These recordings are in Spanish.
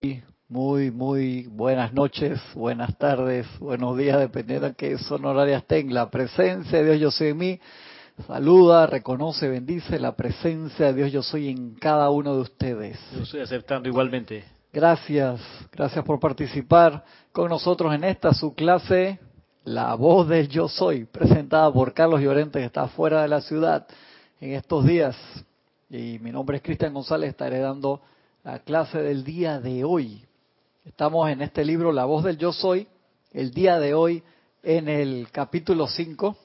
Muy buenas noches, buenas tardes, buenos días, dependiendo de qué son horarias estén. La presencia de Dios Yo Soy en mí saluda, reconoce, bendice la presencia de Dios Yo Soy en cada uno de ustedes. Yo estoy aceptando igualmente. Gracias por participar con nosotros en esta su clase, La Voz del Yo Soy, presentada por Carlos Llorente, que está fuera de la ciudad en estos días. Y mi nombre es Cristian González, estaré dando la clase del día de hoy. Estamos en este libro, La Voz del Yo Soy, el día de hoy en el capítulo 5,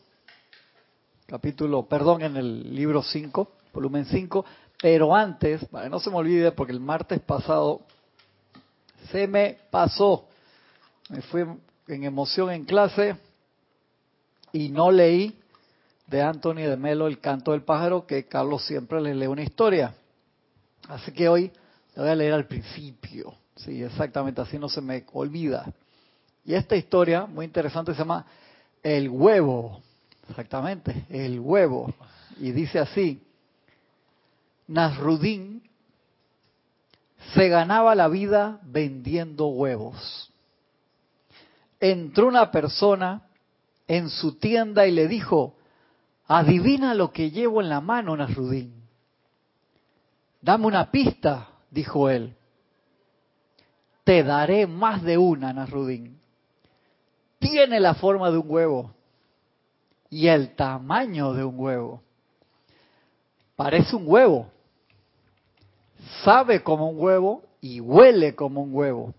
en el libro 5, volumen 5, pero antes, para que no se me olvide, porque el martes pasado se me pasó, me fui en emoción en clase y no leí de Anthony de Melo El Canto del Pájaro, que Carlos siempre le lee una historia. Así que hoy le voy a leer al principio. Sí, exactamente, así no se me olvida. Y esta historia, muy interesante, se llama El Huevo. Exactamente, El Huevo. Y dice así: Nasruddin se ganaba la vida vendiendo huevos. Entró una persona en su tienda y le dijo: adivina lo que llevo en la mano, Nasruddin. Dame una pista, dijo él. Te daré más de una, Nasruddin. Tiene la forma de un huevo y el tamaño de un huevo. Parece un huevo, sabe como un huevo y huele como un huevo.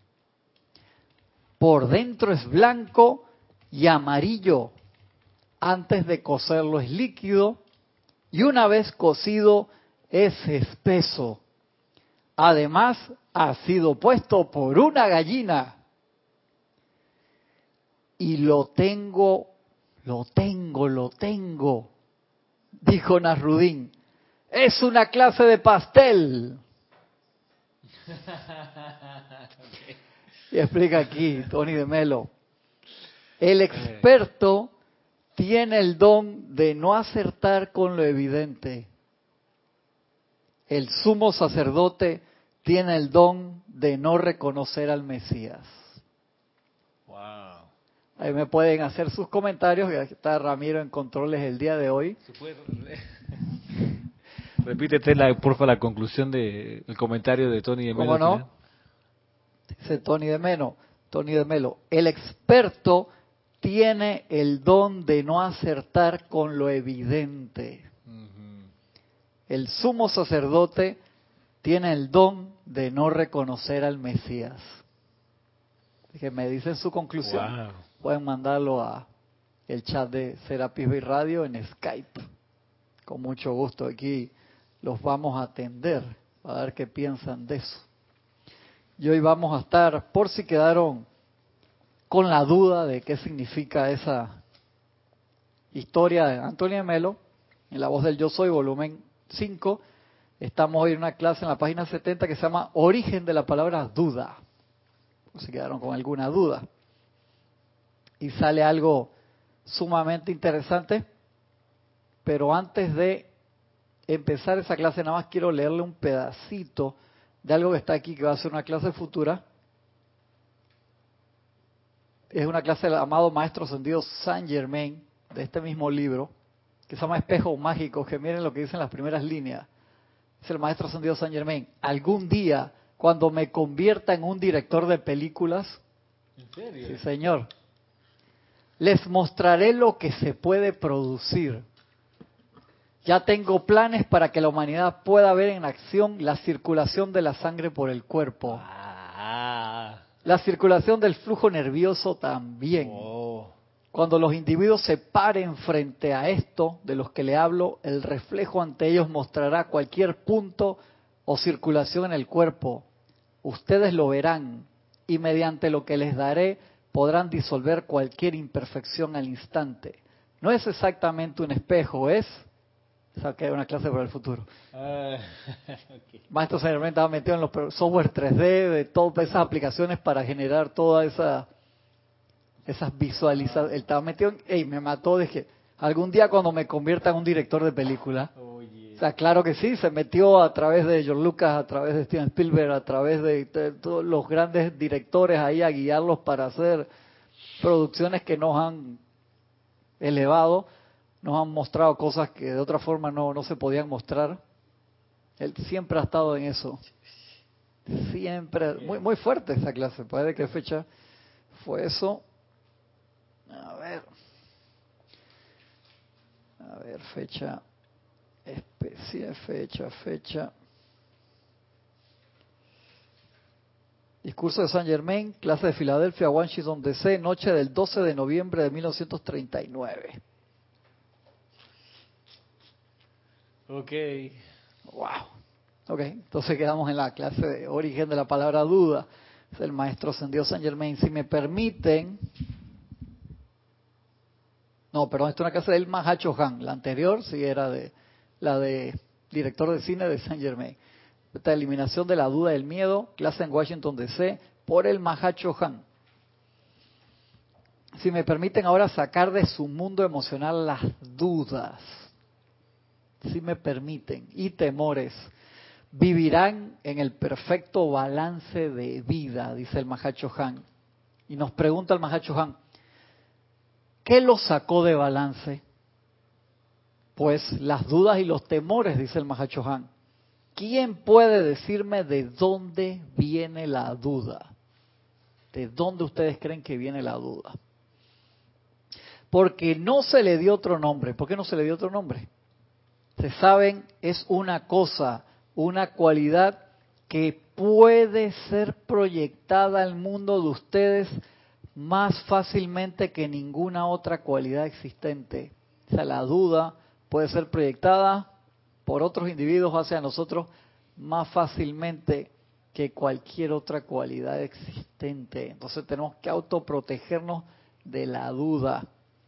Por dentro es blanco y amarillo. Antes de cocerlo es líquido y una vez cocido es espeso. Además, ha sido puesto por una gallina. Y lo tengo, dijo Nasruddin. Es una clase de pastel. Y explica aquí Tony de Melo. El experto tiene el don de no acertar con lo evidente. El sumo sacerdote tiene el don de no reconocer al Mesías. Wow. Ahí me pueden hacer sus comentarios. Aquí está Ramiro en controles el día de hoy. Repítete, porfa, la conclusión del comentario de Tony de Melo. ¿Cómo no? Dice Tony de Melo. El experto tiene el don de no acertar con lo evidente. El sumo sacerdote tiene el don de no reconocer al Mesías. Que me dicen su conclusión. Wow. Pueden mandarlo a el chat de Serapis Bay Radio en Skype. Con mucho gusto aquí los vamos a atender para ver qué piensan de eso. Y hoy vamos a estar, por si quedaron con la duda de qué significa esa historia de Antonio Melo, en La Voz del Yo Soy, volumen 5, estamos hoy en una clase en la página 70 que se llama Origen de la palabra duda. Por si quedaron con alguna duda. Y sale algo sumamente interesante, pero antes de empezar esa clase nada más quiero leerle un pedacito de algo que está aquí, que va a ser una clase futura. Es una clase del amado Maestro Ascendido Saint Germain, de este mismo libro, que se llama Espejos Mágicos, que miren lo que dicen las primeras líneas. Es el Maestro Ascendido Saint Germain. Algún día, cuando me convierta en un director de películas, ¿En serio? sí señor, les mostraré lo que se puede producir. Ya tengo planes para que la humanidad pueda ver en acción la circulación de la sangre por el cuerpo. La circulación del flujo nervioso también. Oh. Cuando los individuos se paren frente a esto de los que le hablo, el reflejo ante ellos mostrará cualquier punto o circulación en el cuerpo. Ustedes lo verán y mediante lo que les daré podrán disolver cualquier imperfección al instante. No es exactamente un espejo, es... O sea, que hay una clase para el futuro. Okay. Maestro Saint Germain estaba metido en los software 3D, de todas esas aplicaciones para generar todas esas visualizaciones. Él estaba metido en... me mató, dije, algún día cuando me convierta en un director de película. Oye. sea, claro que sí, se metió a través de George Lucas, a través de Steven Spielberg, a través de todos los grandes directores ahí a guiarlos para hacer producciones que nos han elevado, nos han mostrado cosas que de otra forma no se podían mostrar. Él siempre ha estado en eso. Siempre, muy fuerte esa clase. ¿Para de qué fecha fue eso? A ver, fecha. Fecha. Discurso de Saint Germain, clase de Filadelfia, Washington DC, noche del 12 de noviembre de 1939. Ok. Wow. Ok, entonces quedamos en la clase de origen de la palabra duda. Es el maestro ascendido Saint Germain. Si me permiten... No, perdón, esta es una clase del Mahacho Han. La anterior sí era de la de director de cine de Saint Germain. Esta eliminación de la duda y el miedo, clase en Washington DC, por el Mahacho Han. Si me permiten ahora sacar de su mundo emocional las dudas, si me permiten, y temores, vivirán en el perfecto balance de vida, dice el Mahacho Han. Y nos pregunta el Mahacho Han, ¿qué lo sacó de balance? Pues las dudas y los temores, dice el Mahacho Han. ¿Quién puede decirme de dónde viene la duda? ¿De dónde ustedes creen que viene la duda? Porque no se le dio otro nombre. ¿Por qué no se le dio otro nombre? Se saben, es una cosa, una cualidad que puede ser proyectada al mundo de ustedes más fácilmente que ninguna otra cualidad existente. O sea, la duda puede ser proyectada por otros individuos hacia nosotros más fácilmente que cualquier otra cualidad existente. Entonces tenemos que autoprotegernos de la duda.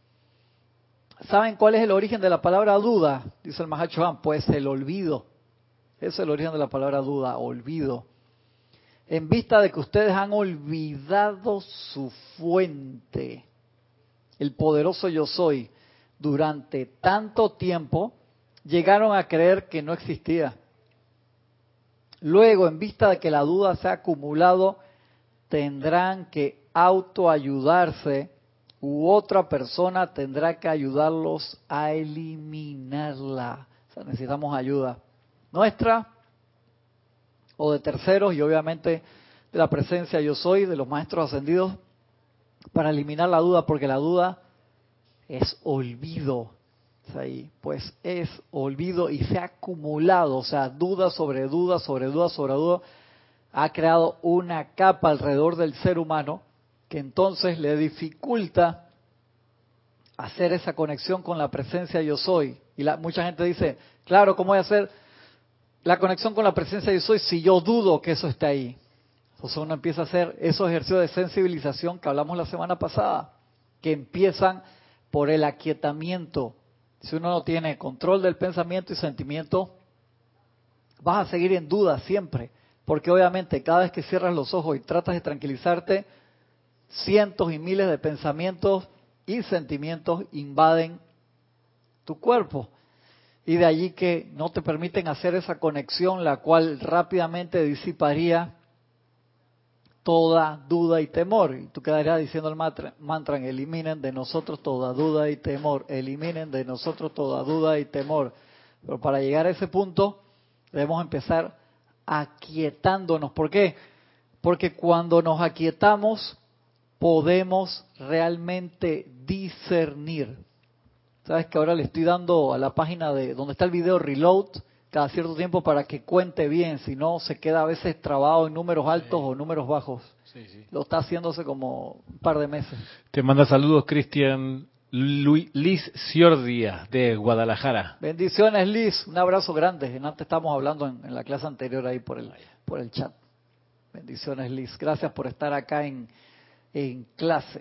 ¿Saben cuál es el origen de la palabra duda? Dice el Mahacho Han, pues el olvido. Ese es el origen de la palabra duda, olvido. En vista de que ustedes han olvidado su fuente, el poderoso yo soy, durante tanto tiempo, llegaron a creer que no existía. Luego, en vista de que la duda se ha acumulado, tendrán que autoayudarse u otra persona tendrá que ayudarlos a eliminarla. O sea, necesitamos ayuda nuestra o de terceros y obviamente de la presencia yo soy, de los maestros ascendidos, para eliminar la duda, porque la duda es olvido. O sea, pues es olvido y se ha acumulado, o sea, duda sobre duda, sobre duda, sobre duda, ha creado una capa alrededor del ser humano que entonces le dificulta hacer esa conexión con la presencia yo soy. Y mucha gente dice, claro, ¿cómo voy a hacer la conexión con la presencia yo soy si yo dudo que eso está ahí? Entonces uno empieza a hacer esos ejercicios de sensibilización que hablamos la semana pasada, que empiezan por el aquietamiento. Si uno no tiene control del pensamiento y sentimiento, vas a seguir en duda siempre, porque obviamente cada vez que cierras los ojos y tratas de tranquilizarte, cientos y miles de pensamientos y sentimientos invaden tu cuerpo. Y de allí que no te permiten hacer esa conexión, la cual rápidamente disiparía toda duda y temor. Y tú quedarías diciendo el mantra, eliminen de nosotros toda duda y temor, eliminen de nosotros toda duda y temor. Pero para llegar a ese punto debemos empezar aquietándonos. ¿Por qué? Porque cuando nos aquietamos podemos realmente discernir. Sabes que ahora le estoy dando a la página de donde está el video reload cada cierto tiempo para que cuente bien, si no se queda a veces trabado en números altos o números bajos. Sí, sí. Lo está haciéndose como un par de meses. Te manda saludos Cristian Liz Ciordia de Guadalajara. Bendiciones, Liz. Un abrazo grande. Antes estábamos hablando en la clase anterior ahí por el chat. Bendiciones, Liz. Gracias por estar acá en clase.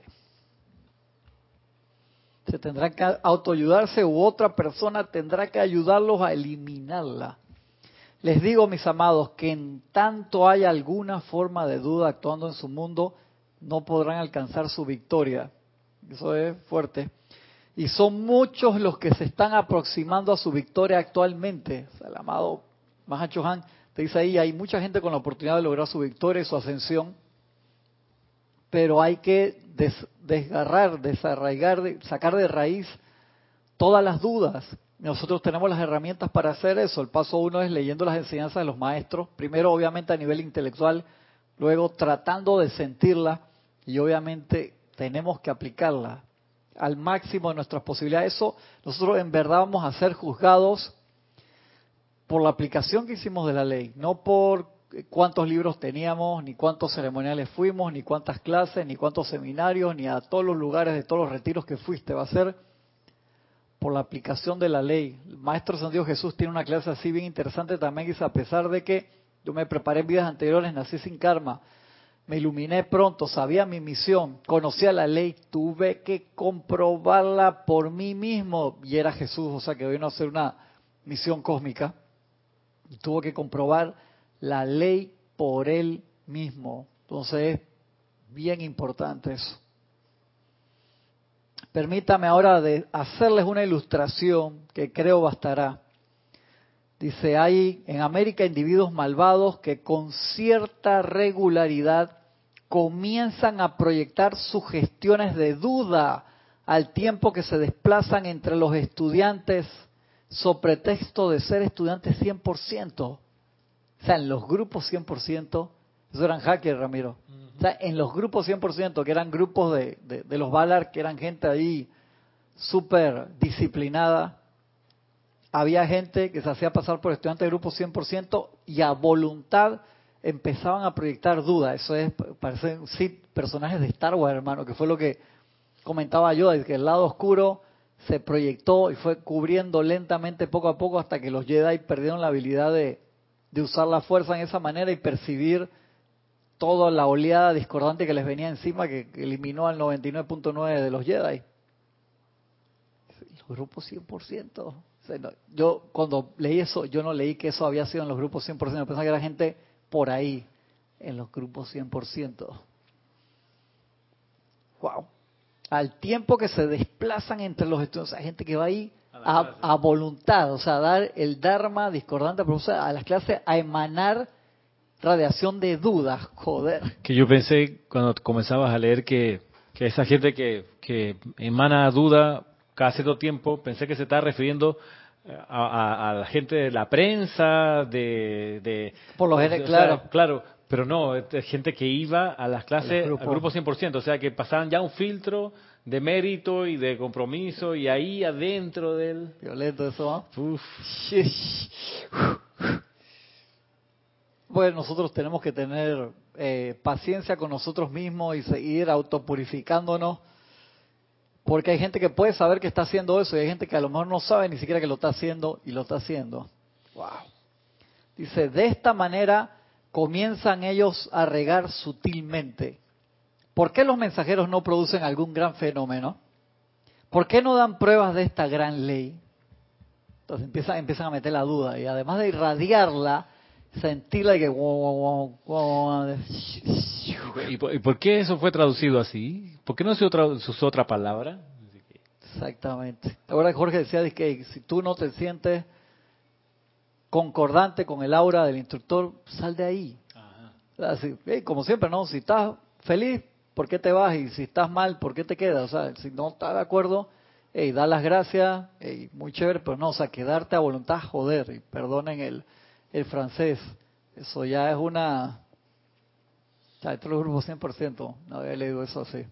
Se tendrán que autoayudarse u otra persona tendrá que ayudarlos a eliminarla. Les digo, mis amados, que en tanto haya alguna forma de duda actuando en su mundo, no podrán alcanzar su victoria. Eso es fuerte. Y son muchos los que se están aproximando a su victoria actualmente. O sea, el amado Mahacho Han te dice ahí, hay mucha gente con la oportunidad de lograr su victoria y su ascensión, pero hay que desgarrar, desarraigar, sacar de raíz todas las dudas. Nosotros tenemos las herramientas para hacer eso. El paso 1 es leyendo las enseñanzas de los maestros, primero obviamente a nivel intelectual, luego tratando de sentirla y obviamente tenemos que aplicarla al máximo de nuestras posibilidades. Eso nosotros en verdad vamos a ser juzgados por la aplicación que hicimos de la ley, no por cuántos libros teníamos, ni cuántos ceremoniales fuimos, ni cuántas clases, ni cuántos seminarios, ni a todos los lugares de todos los retiros que fuiste. Va a ser por la aplicación de la ley. El Maestro Ascendido Jesús tiene una clase así bien interesante también, que dice, a pesar de que yo me preparé en vidas anteriores, nací sin karma, me iluminé pronto, sabía mi misión, conocía la ley, tuve que comprobarla por mí mismo, y era Jesús, o sea que vino a hacer una misión cósmica, y tuvo que comprobar la ley por él mismo. Entonces es bien importante eso. Permítame ahora de hacerles una ilustración que creo bastará. Dice, hay en América individuos malvados que con cierta regularidad comienzan a proyectar sugestiones de duda al tiempo que se desplazan entre los estudiantes so pretexto de ser estudiantes 100%. O sea, en los grupos 100%, eso eran hackers, Ramiro. O sea, en los grupos 100%, que eran grupos de los Valar, que eran gente ahí súper disciplinada, había gente que se hacía pasar por estudiantes de grupo 100% y a voluntad empezaban a proyectar dudas. Eso es, parecen sí, personajes de Star Wars, hermano, que fue lo que comentaba yo, de que el lado oscuro se proyectó y fue cubriendo lentamente poco a poco hasta que los Jedi perdieron la habilidad de usar la fuerza en esa manera y percibir toda la oleada discordante que les venía encima, que eliminó al 99.9 de los Jedi. Los grupos 100%. O sea, no, yo cuando leí eso, yo no leí que eso había sido en los grupos 100%, yo pensaba que era gente por ahí, en los grupos 100%. Wow. Al tiempo que se desplazan entre los estudiantes, o sea, gente que va ahí a voluntad, o sea, a dar el Dharma discordante, pero, o sea, a las clases a emanar radiación de dudas, joder. Que yo pensé cuando comenzabas a leer que esa gente que emana duda cada cierto tiempo, pensé que se estaba refiriendo a la gente de la prensa, por lo general, claro. Sea, claro, pero no, es gente que iba a las clases, al grupo 100%, o sea, que pasaban ya un filtro de mérito y de compromiso, y ahí adentro del... Violento eso, ¿no? Uf. Bueno, nosotros tenemos que tener paciencia con nosotros mismos y seguir autopurificándonos, porque hay gente que puede saber que está haciendo eso y hay gente que a lo mejor no sabe ni siquiera que lo está haciendo y lo está haciendo. Wow. Dice, de esta manera comienzan ellos a regar sutilmente. ¿Por qué los mensajeros no producen algún gran fenómeno? ¿Por qué no dan pruebas de esta gran ley? Entonces empiezan a meter la duda y además de irradiarla, sentirla y que... ¿Y por qué eso fue traducido así? ¿Por qué no se usó otra palabra? Exactamente. Ahora Jorge decía que si tú no te sientes concordante con el aura del instructor, sal de ahí. Así, como siempre, ¿no? Si estás feliz, ¿por qué te vas? Y si estás mal, ¿por qué te quedas? O sea, si no estás de acuerdo, da las gracias, muy chévere, pero no, o sea, quedarte a voluntad, joder, y perdonen el francés, eso ya es una... O sea, estos los grupos 100%, no había leído eso así.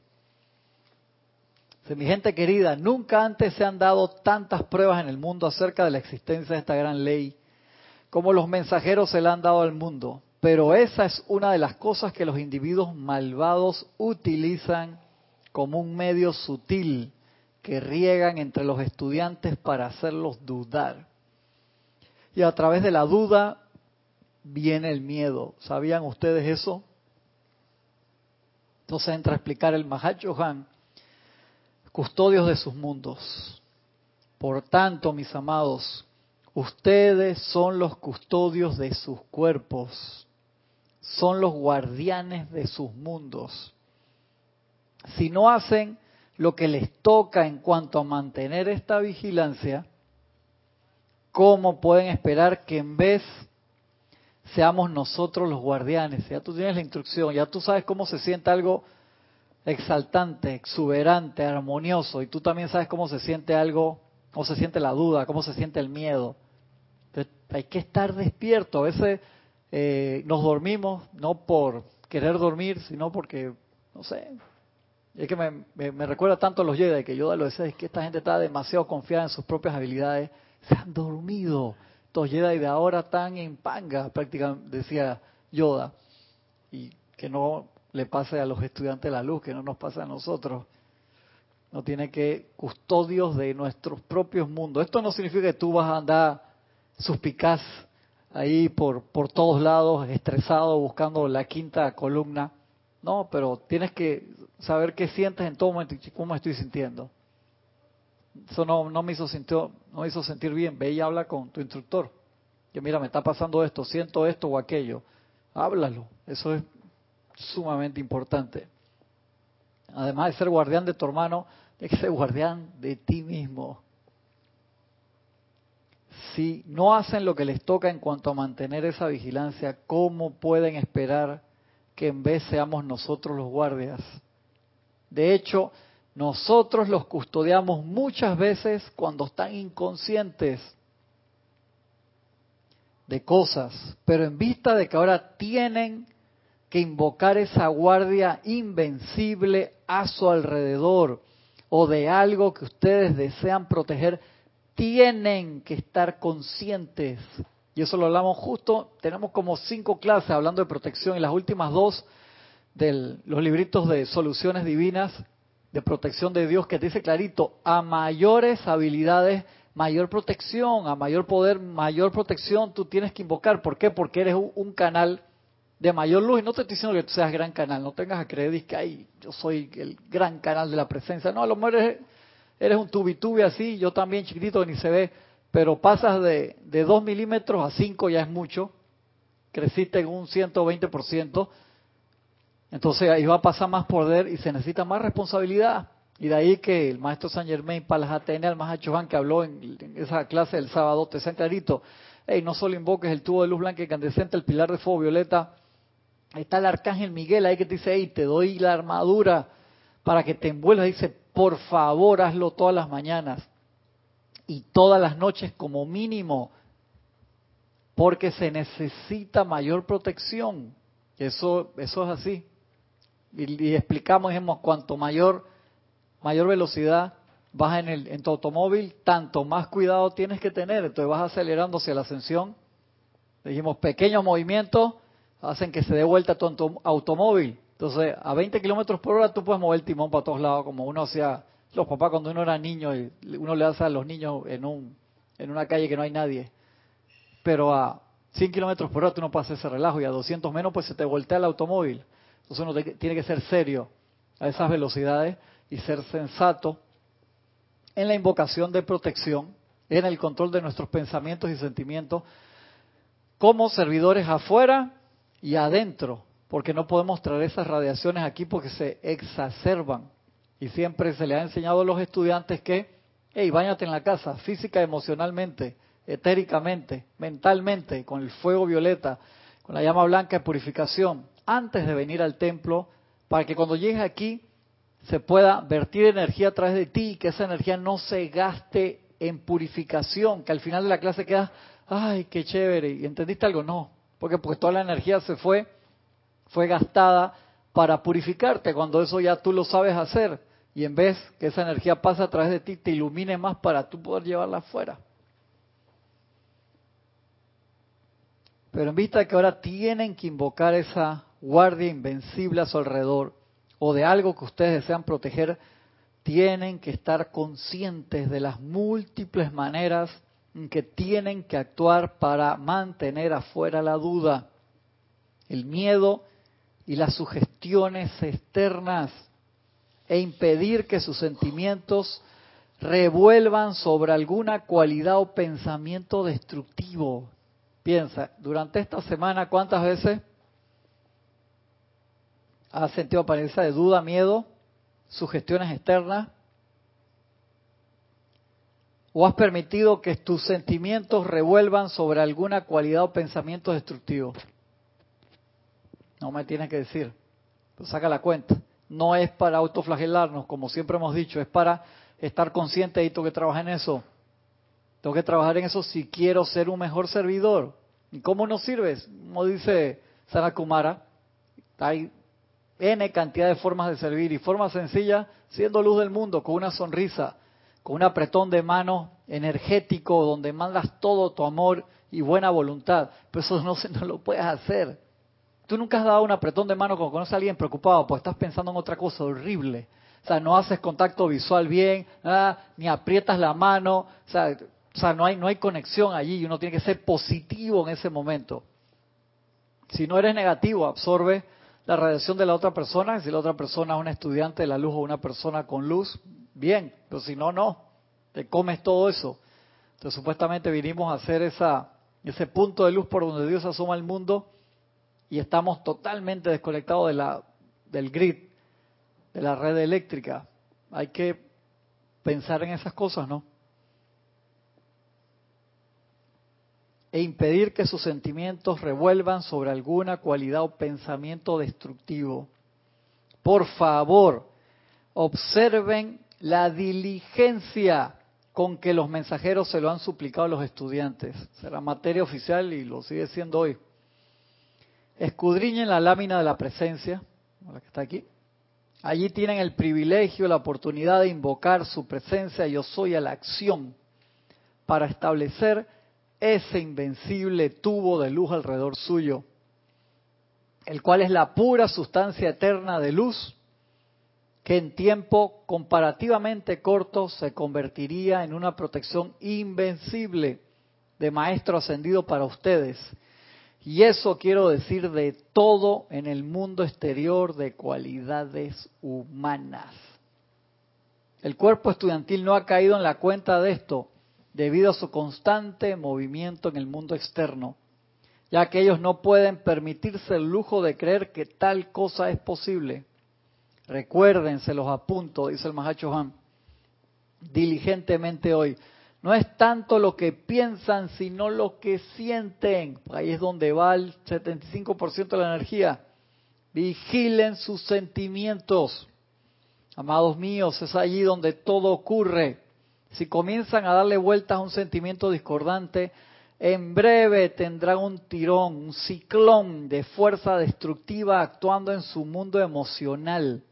Mi gente querida, nunca antes se han dado tantas pruebas en el mundo acerca de la existencia de esta gran ley como los mensajeros se la han dado al mundo. Pero esa es una de las cosas que los individuos malvados utilizan como un medio sutil que riegan entre los estudiantes para hacerlos dudar. Y a través de la duda viene el miedo. ¿Sabían ustedes eso? Entonces entra a explicar el Mahacho Han, custodios de sus mundos. Por tanto, mis amados, ustedes son los custodios de sus cuerpos, son los guardianes de sus mundos. Si no hacen lo que les toca en cuanto a mantener esta vigilancia, ¿cómo pueden esperar que en vez seamos nosotros los guardianes? Ya tú tienes la instrucción, ya tú sabes cómo se siente algo exaltante, exuberante, armonioso, y tú también sabes cómo se siente algo, cómo se siente la duda, cómo se siente el miedo. Entonces, hay que estar despierto. A veces nos dormimos no por querer dormir, sino porque, no sé, es que me recuerda tanto a los Jedi, que Yoda lo decía, es que esta gente está demasiado confiada en sus propias habilidades, se han dormido. Estos Jedi de ahora están en panga, prácticamente, decía Yoda. Y que no le pase a los estudiantes de la luz, que no nos pase a nosotros. No tiene que custodios de nuestros propios mundos. Esto no significa que tú vas a andar suspicaz ahí por todos lados, estresado, buscando la quinta columna. No, pero tienes que saber qué sientes en todo momento y cómo me estoy sintiendo. Eso no me hizo sentir bien. Ve y habla con tu instructor. Que mira, me está pasando esto, siento esto o aquello. Háblalo. Eso es sumamente importante. Además de ser guardián de tu hermano, tienes que ser guardián de ti mismo. Si no hacen lo que les toca en cuanto a mantener esa vigilancia, ¿cómo pueden esperar que en vez seamos nosotros los guardias? De hecho, nosotros los custodiamos muchas veces cuando están inconscientes de cosas, pero en vista de que ahora tienen que invocar esa guardia invencible a su alrededor o de algo que ustedes desean proteger, tienen que estar conscientes. Y eso lo hablamos justo, tenemos como 5 clases hablando de protección y las últimas 2 de los libritos de soluciones divinas de protección de Dios, que te dice clarito, a mayores habilidades, mayor protección, a mayor poder, mayor protección tú tienes que invocar. ¿Por qué? Porque eres un canal de mayor luz. Y no te estoy diciendo que tú seas gran canal, no tengas a creer que ay, yo soy el gran canal de la presencia. No, a lo mejor eres un tubi así, yo también chiquitito que ni se ve, pero pasas de 2 milímetros a 5 ya es mucho, creciste en un 120%, entonces ahí va a pasar más poder y se necesita más responsabilidad. Y de ahí que el maestro Saint Germain Palas Atene, el Maha Chohan, que habló en esa clase del sábado, te sean clarito, hey, no solo invoques el tubo de luz blanca incandescente, el pilar de fuego violeta, está el arcángel Miguel ahí que te dice, hey, te doy la armadura para que te envuelvas. Dice, por favor, hazlo todas las mañanas y todas las noches como mínimo, porque se necesita mayor protección. Eso es así. Y explicamos, dijimos, cuanto mayor velocidad vas en tu automóvil, tanto más cuidado tienes que tener. Entonces vas acelerando hacia la ascensión. Dijimos, pequeños movimientos hacen que se dé vuelta tu automóvil. Entonces, a 20 kilómetros por hora tú puedes mover el timón para todos lados, como uno hacía, los papás cuando uno era niño, y uno le hace a los niños en una calle que no hay nadie. Pero a 100 kilómetros por hora tú no puedes hacer ese relajo, y a 200 menos pues se te voltea el automóvil. Entonces uno tiene que ser serio a esas velocidades y ser sensato en la invocación de protección, en el control de nuestros pensamientos y sentimientos, como servidores afuera y adentro, porque no podemos traer esas radiaciones aquí porque se exacerban. Y siempre se le ha enseñado a los estudiantes que, hey, báñate en la casa, física, emocionalmente, etéricamente, mentalmente, con el fuego violeta, con la llama blanca de purificación, antes de venir al templo, para que cuando llegues aquí se pueda vertir energía a través de ti y que esa energía no se gaste en purificación, que al final de la clase quedas, ay, qué chévere, ¿y entendiste algo? No, porque toda la energía se fue gastada para purificarte, cuando eso ya tú lo sabes hacer, y en vez que esa energía pase a través de ti, te ilumine más para tú poder llevarla afuera. Pero en vista de que ahora tienen que invocar esa guardia invencible a su alrededor, o de algo que ustedes desean proteger, tienen que estar conscientes de las múltiples maneras en que tienen que actuar para mantener afuera la duda, el miedo y las sugestiones externas, e impedir que sus sentimientos revuelvan sobre alguna cualidad o pensamiento destructivo. Piensa, durante esta semana, ¿cuántas veces has sentido apariencia de duda, miedo, sugestiones externas? ¿O has permitido que tus sentimientos revuelvan sobre alguna cualidad o pensamiento destructivo? No me tienes que decir. Pues saca la cuenta. No es para autoflagelarnos, como siempre hemos dicho, es para estar consciente y tengo que trabajar en eso. Tengo que trabajar en eso si quiero ser un mejor servidor. ¿Y cómo nos sirves? Como dice Sanat Kumara, hay N cantidad de formas de servir y forma sencilla, siendo luz del mundo, con una sonrisa, con un apretón de manos energético donde mandas todo tu amor y buena voluntad. Pero eso no lo puedes hacer. Tú nunca has dado un apretón de mano cuando conoces a alguien preocupado porque estás pensando en otra cosa horrible. O sea, no haces contacto visual bien, ni aprietas la mano. O sea, no hay conexión allí y uno tiene que ser positivo en ese momento. Si no eres negativo, absorbe la radiación de la otra persona. Si la otra persona es un estudiante de la luz o una persona con luz, bien. Pero si no, no. Te comes todo eso. Entonces, supuestamente vinimos a hacer ese punto de luz por donde Dios asoma al mundo y estamos totalmente desconectados del grid, de la red eléctrica. Hay que pensar en esas cosas, ¿no? E impedir que sus sentimientos revuelvan sobre alguna cualidad o pensamiento destructivo. Por favor, observen la diligencia con que los mensajeros se lo han suplicado a los estudiantes. Será materia oficial y lo sigue siendo hoy. Escudriñen la lámina de la presencia, la que está aquí. Allí tienen el privilegio, la oportunidad de invocar su presencia, yo soy, a la acción para establecer ese invencible tubo de luz alrededor suyo, el cual es la pura sustancia eterna de luz que en tiempo comparativamente corto se convertiría en una protección invencible de maestro ascendido para ustedes. Y eso quiero decir de todo en el mundo exterior de cualidades humanas. El cuerpo estudiantil no ha caído en la cuenta de esto debido a su constante movimiento en el mundo externo, ya que ellos no pueden permitirse el lujo de creer que tal cosa es posible. Recuerden, se los apunto, dice el Mahacho Han, diligentemente hoy. No es tanto lo que piensan, sino lo que sienten. Ahí es donde va el 75% de la energía. Vigilen sus sentimientos. Amados míos, es allí donde todo ocurre. Si comienzan a darle vueltas a un sentimiento discordante, en breve tendrán un tirón, un ciclón de fuerza destructiva actuando en su mundo emocional.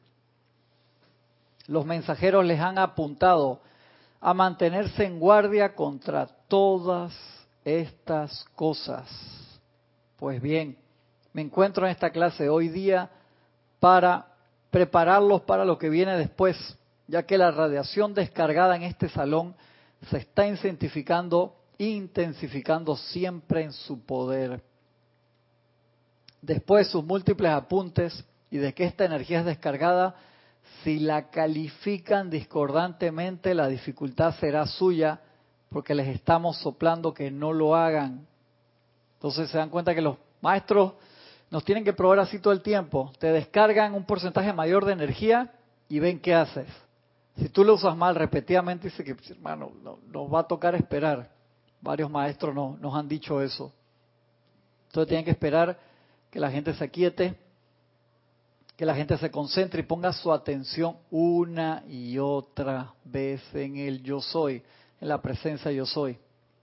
Los mensajeros les han apuntado a mantenerse en guardia contra todas estas cosas. Pues bien, me encuentro en esta clase hoy día para prepararlos para lo que viene después, ya que la radiación descargada en este salón se está intensificando siempre en su poder. Después de sus múltiples apuntes y de que esta energía es descargada, si la califican discordantemente, la dificultad será suya, porque les estamos soplando que no lo hagan. Entonces se dan cuenta que los maestros nos tienen que probar así todo el tiempo. Te descargan un porcentaje mayor de energía y ven qué haces. Si tú lo usas mal repetidamente, dice que, hermano, nos va a tocar esperar. Varios maestros nos han dicho eso. Entonces tienen que esperar que la gente se aquiete, que la gente se concentre y ponga su atención una y otra vez en el yo soy, en la presencia yo soy.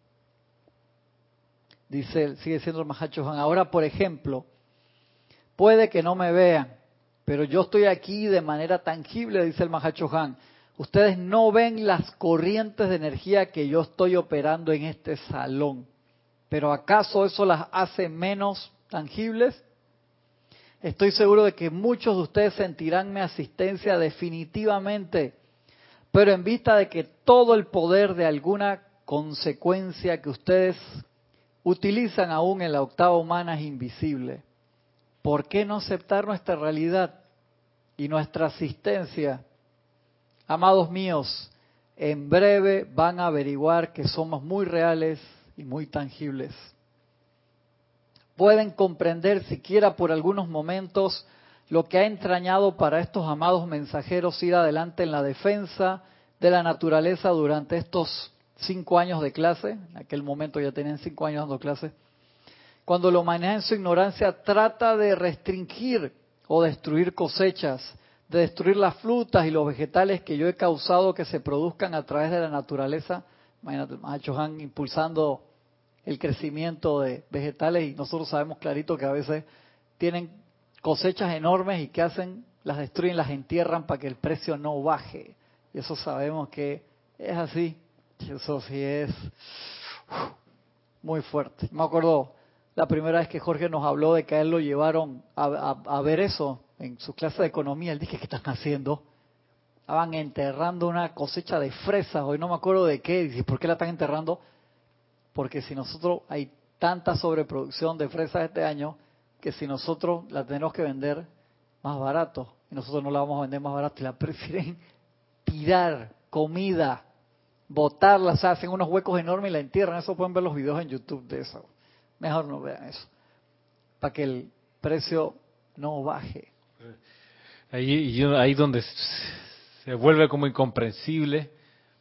Dice, sigue siendo el Mahacho Han. Ahora, por ejemplo, puede que no me vean, pero yo estoy aquí de manera tangible, dice el Mahacho Han. Ustedes no ven las corrientes de energía que yo estoy operando en este salón, pero ¿acaso eso las hace menos tangibles? Estoy seguro de que muchos de ustedes sentirán mi asistencia definitivamente, pero en vista de que todo el poder de alguna consecuencia que ustedes utilizan aún en la octava humana es invisible, ¿por qué no aceptar nuestra realidad y nuestra asistencia? Amados míos, en breve van a averiguar que somos muy reales y muy tangibles. Pueden comprender siquiera por algunos momentos lo que ha entrañado para estos amados mensajeros ir adelante en la defensa de la naturaleza durante estos 5 años de clase. En aquel momento ya tenían 5 años dando clase. Cuando la humanidad en su ignorancia trata de restringir o destruir cosechas, de destruir las frutas y los vegetales que yo he causado que se produzcan a través de la naturaleza. Imagínate, Mahacho Han impulsando el crecimiento de vegetales y nosotros sabemos clarito que a veces tienen cosechas enormes y que hacen, las destruyen, las entierran para que el precio no baje. Y eso sabemos que es así. Eso sí es muy fuerte. Me acuerdo la primera vez que Jorge nos habló de que a él lo llevaron a ver eso en su clase de economía. Él dije, ¿qué están haciendo? Estaban enterrando una cosecha de fresas, hoy no me acuerdo de qué. Y ¿por qué la están enterrando? Porque si nosotros, hay tanta sobreproducción de fresas este año, que si nosotros la tenemos que vender más barato, y nosotros no la vamos a vender más barato, y la prefieren tirar, comida, botarla, o sea, hacen unos huecos enormes y la entierran. Eso pueden ver los videos en YouTube de eso. Mejor no vean eso, para que el precio no baje. Ahí donde se vuelve como incomprensible,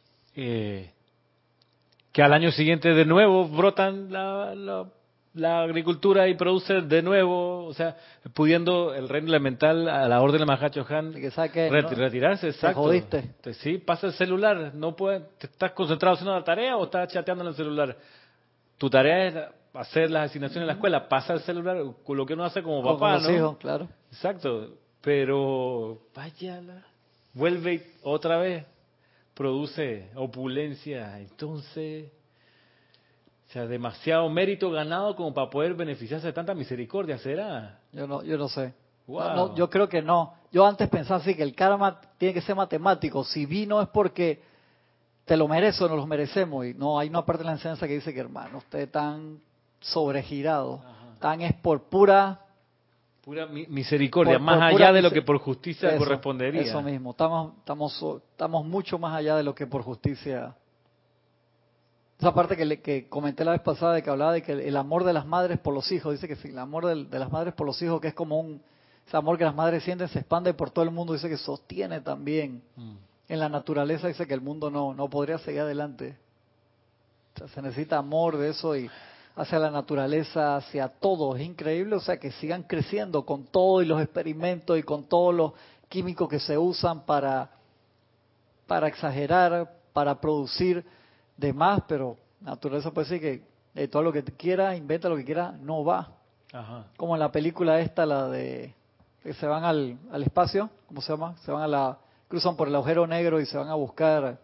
que al año siguiente de nuevo brotan la agricultura y produce de nuevo, o sea, pudiendo el reino elemental a la orden de Mahacho Han retirarse, exacto. Te jodiste. Entonces, sí, pasa el celular, no puedes, ¿estás concentrado haciendo la tarea o estás chateando en el celular? Tu tarea es hacer las asignaciones en la escuela, pasa el celular, lo que uno hace como papá, con los ¿no? hijos, claro. Exacto, pero vuelve y otra vez produce opulencia, entonces, o sea, demasiado mérito ganado como para poder beneficiarse de tanta misericordia, ¿será? Yo no sé. Wow. No, yo creo que no. Yo antes pensaba así que el karma tiene que ser matemático. Si vino es porque te lo mereces o no lo merecemos. Y no, hay una parte de la enseñanza que dice que, hermano, ustedes están sobregirados. Están es por pura misericordia, más allá de lo que por justicia eso, correspondería. Eso mismo, estamos mucho más allá de lo que por justicia. Esa parte que comenté la vez pasada de que hablaba de que el amor de las madres por los hijos, dice que sí, el amor de las madres por los hijos, que es como ese amor que las madres sienten, se expande por todo el mundo, dice que sostiene también. En la naturaleza dice que el mundo no podría seguir adelante. O sea, se necesita amor de eso y hacia la naturaleza, hacia todo. Es increíble, o sea, que sigan creciendo con todo y los experimentos y con todos los químicos que se usan para exagerar, para producir de más, pero la naturaleza puede decir que todo lo que quiera, inventa lo que quiera, no va. Ajá. Como en la película esta, la de que se van al espacio, ¿cómo se llama? Cruzan por el agujero negro y se van a buscar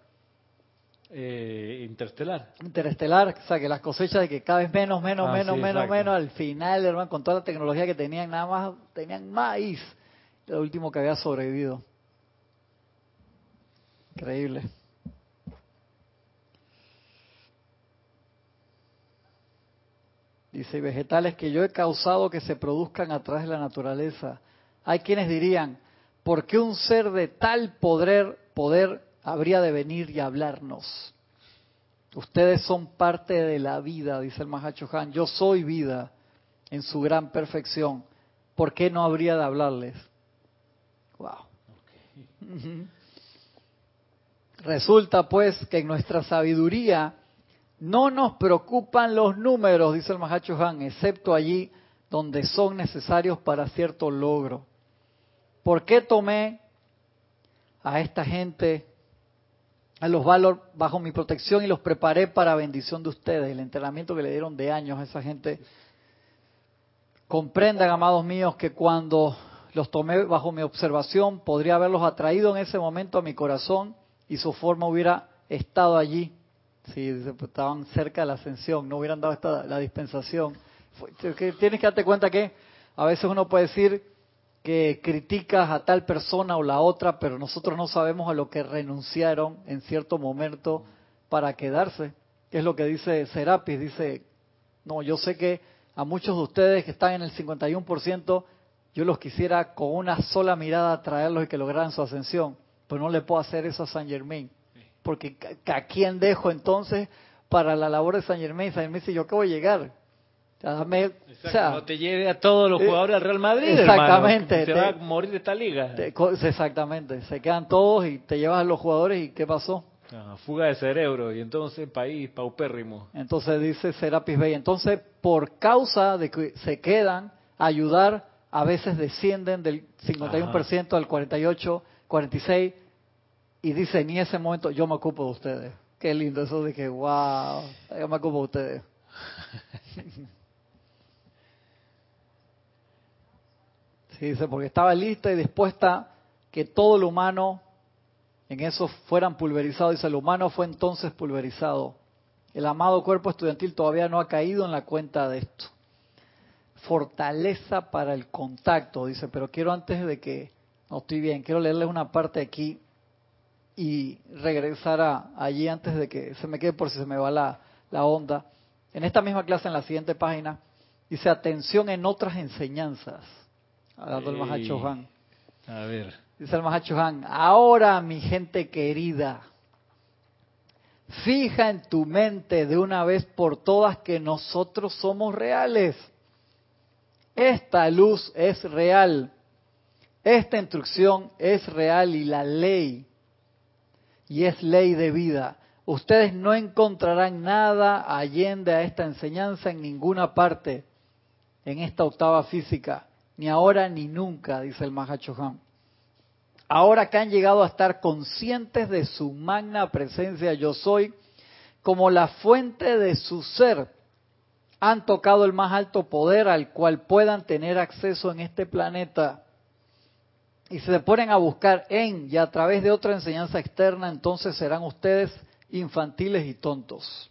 Interestelar, o sea, que las cosechas de que cada vez menos, al final, hermano, con toda la tecnología que tenían, nada más tenían maíz, lo último que había sobrevivido. Increíble. Dice, vegetales que yo he causado que se produzcan a través de la naturaleza. Hay quienes dirían, ¿por qué un ser de tal poder habría de venir y hablarnos? Ustedes son parte de la vida, dice el Mahacho Han. Yo soy vida en su gran perfección. ¿Por qué no habría de hablarles? Wow. Okay. Resulta pues que en nuestra sabiduría no nos preocupan los números, dice el Mahacho Han, excepto allí donde son necesarios para cierto logro. ¿Por qué tomé a esta gente, a los Valor, bajo mi protección y los preparé para bendición de ustedes? El entrenamiento que le dieron de años a esa gente. Comprendan, amados míos, que cuando los tomé bajo mi observación, podría haberlos atraído en ese momento a mi corazón y su forma hubiera estado allí. Sí, estaban cerca de la ascensión, no hubieran dado la dispensación. Tienes que darte cuenta que a veces uno puede decir que criticas a tal persona o la otra, pero nosotros no sabemos a lo que renunciaron en cierto momento para quedarse. ¿Qué es lo que dice Serapis? Dice, no, yo sé que a muchos de ustedes que están en el 51%, yo los quisiera con una sola mirada traerlos y que lograran su ascensión, pero no le puedo hacer eso a Saint Germain. Porque ¿a quién dejo entonces para la labor de Saint Germain? Saint Germain dice, ¿yo qué voy a llegar? Dame, Exacto, o sea, no te lleve a todos los jugadores del Real Madrid, exactamente, hermano. Se va a morir esta liga. exactamente, se quedan todos y te llevas a los jugadores y ¿qué pasó? Fuga de cerebro y entonces país paupérrimo. Entonces dice Serapis Bey, entonces por causa de que se quedan a ayudar, a veces descienden del 51% al 48, 46 y dice, en ese momento yo me ocupo de ustedes. Qué lindo eso de que, wow, yo me ocupo de ustedes. Sí, dice, porque estaba lista y dispuesta que todo lo humano en eso fueran pulverizados. Dice, el humano fue entonces pulverizado. El amado cuerpo estudiantil todavía no ha caído en la cuenta de esto. Fortaleza para el contacto, dice, pero quiero antes de que, no estoy bien, quiero leerles una parte aquí y regresar allí antes de que se me quede por si se me va la onda. En esta misma clase, en la siguiente página, dice, atención en otras enseñanzas. Hablando el Mahacho Han. A ver. Dice el Mahacho Han, ahora mi gente querida, fija en tu mente de una vez por todas que nosotros somos reales. Esta luz es real. Esta instrucción es real y la ley. Y es ley de vida. Ustedes no encontrarán nada allende a esta enseñanza en ninguna parte, en esta octava física, ni ahora ni nunca, dice el Mahacho Han. Ahora que han llegado a estar conscientes de su magna presencia yo soy, como la fuente de su ser, han tocado el más alto poder al cual puedan tener acceso en este planeta. Y se ponen a buscar en y a través de otra enseñanza externa, entonces serán ustedes infantiles y tontos.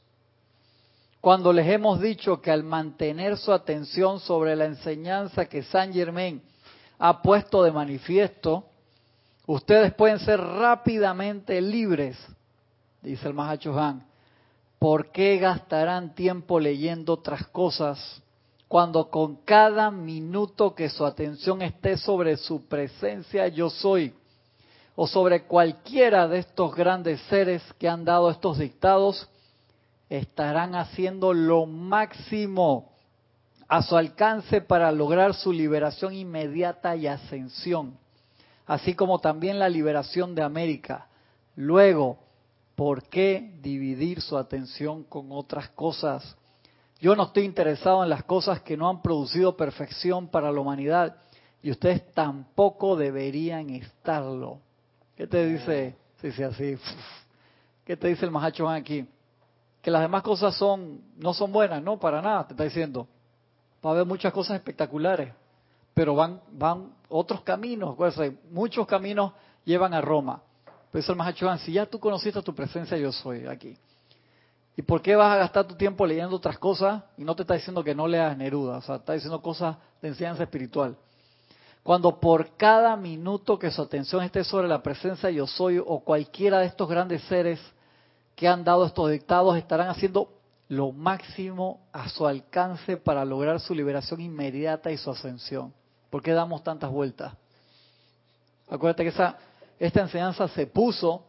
Cuando les hemos dicho que al mantener su atención sobre la enseñanza que Saint Germain ha puesto de manifiesto, ustedes pueden ser rápidamente libres, dice el Mahacho Han. ¿Por qué gastarán tiempo leyendo otras cosas cuando con cada minuto que su atención esté sobre su presencia yo soy o sobre cualquiera de estos grandes seres que han dado estos dictados, estarán haciendo lo máximo a su alcance para lograr su liberación inmediata y ascensión, así como también la liberación de América? Luego, ¿por qué dividir su atención con otras cosas? Yo no estoy interesado en las cosas que no han producido perfección para la humanidad y ustedes tampoco deberían estarlo. ¿Qué te dice? Sí, así. ¿Qué te dice el Mahacho Han aquí? Que las demás cosas no son buenas, no, para nada, te está diciendo. Va a haber muchas cosas espectaculares, pero van otros caminos. Acuérdense, muchos caminos llevan a Roma. Pero dice el Mahacho Han, si ya tú conociste tu presencia yo soy aquí, ¿y por qué vas a gastar tu tiempo leyendo otras cosas? Y no te está diciendo que no leas Neruda, o sea, está diciendo cosas de enseñanza espiritual. Cuando por cada minuto que su atención esté sobre la presencia yo soy o cualquiera de estos grandes seres que han dado estos dictados estarán haciendo lo máximo a su alcance para lograr su liberación inmediata y su ascensión. ¿Por qué damos tantas vueltas? Acuérdate que esta enseñanza se puso,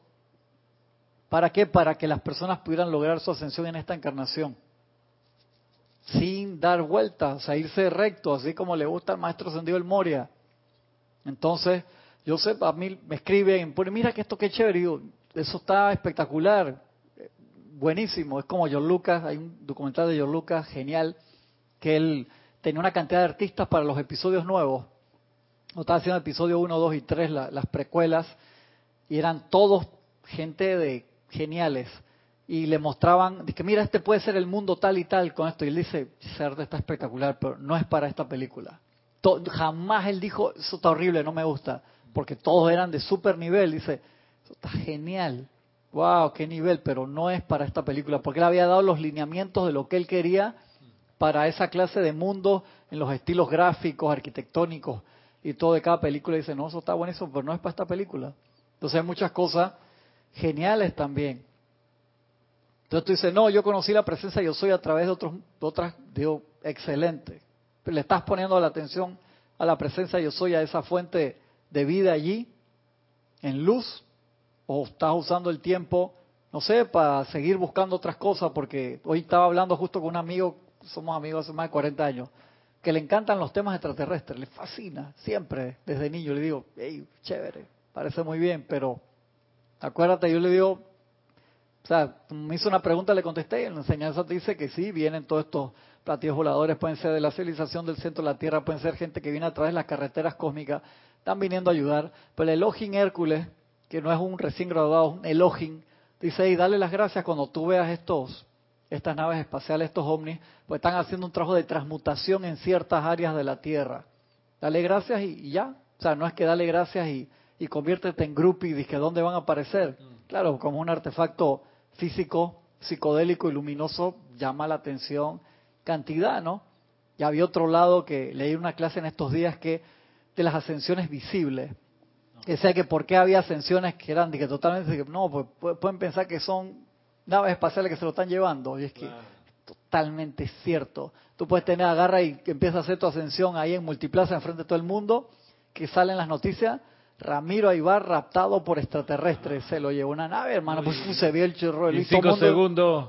¿para qué? Para que las personas pudieran lograr su ascensión en esta encarnación. Sin dar vueltas, o sea, irse recto, así como le gusta al maestro Ascendido el Moria. Entonces, yo sé, a mí me escriben, pues mira que esto qué chévere, y digo, eso está espectacular, buenísimo. Es como George Lucas, hay un documental de George Lucas genial, que él tenía una cantidad de artistas para los episodios nuevos. No estaba haciendo episodio 1, 2 y 3, las precuelas, y eran todos gente de geniales. Y le mostraban, que mira, este puede ser el mundo tal y tal con esto. Y él dice, ese arte está espectacular, pero no es para esta película. Jamás él dijo, eso está horrible, no me gusta. Porque todos eran de super nivel. Dice, eso está genial. Wow, qué nivel, pero no es para esta película. Porque él había dado los lineamientos de lo que él quería para esa clase de mundo en los estilos gráficos, arquitectónicos y todo de cada película. Y dice, no, eso está buenísimo, pero no es para esta película. Entonces hay muchas cosas geniales también. Entonces tú dices, no, yo conocí la presencia yo soy a través de otras, digo, excelente. Pero le estás poniendo la atención a la presencia yo soy, a esa fuente de vida allí, en luz, o estás usando el tiempo, no sé, para seguir buscando otras cosas, porque hoy estaba hablando justo con un amigo somos amigos hace más de 40 años, que le encantan los temas extraterrestres, le fascina, siempre, desde niño le digo, hey, chévere, parece muy bien, pero acuérdate, yo le digo, o sea, me hizo una pregunta, le contesté, y en la enseñanza te dice que sí, vienen todos estos platillos voladores, pueden ser de la civilización del centro de la Tierra, pueden ser gente que viene a través de las carreteras cósmicas, están viniendo a ayudar, pero el Elohim Hércules, que no es un recién graduado, un Elohim, dice, hey, dale las gracias cuando tú veas estas naves espaciales, estos ovnis, pues están haciendo un trabajo de transmutación en ciertas áreas de la Tierra. Dale gracias y ya. O sea, no es que dale gracias y conviértete en groupie y dices, ¿dónde van a aparecer? Claro, como un artefacto físico, psicodélico y luminoso, llama la atención cantidad, ¿no? Ya había otro lado que leí una clase en estos días que de las ascensiones visibles. Decía que por qué había ascensiones que eran de que totalmente, no, pues pueden pensar que son naves espaciales que se lo están llevando, y es que totalmente cierto. Tú puedes tener, agarra y empieza a hacer tu ascensión ahí en Multiplaza enfrente de todo el mundo, que salen las noticias, Ramiro Aybar raptado por extraterrestres, se lo llevó una nave, hermano, pues se vio el chorro. Y en 5 segundos,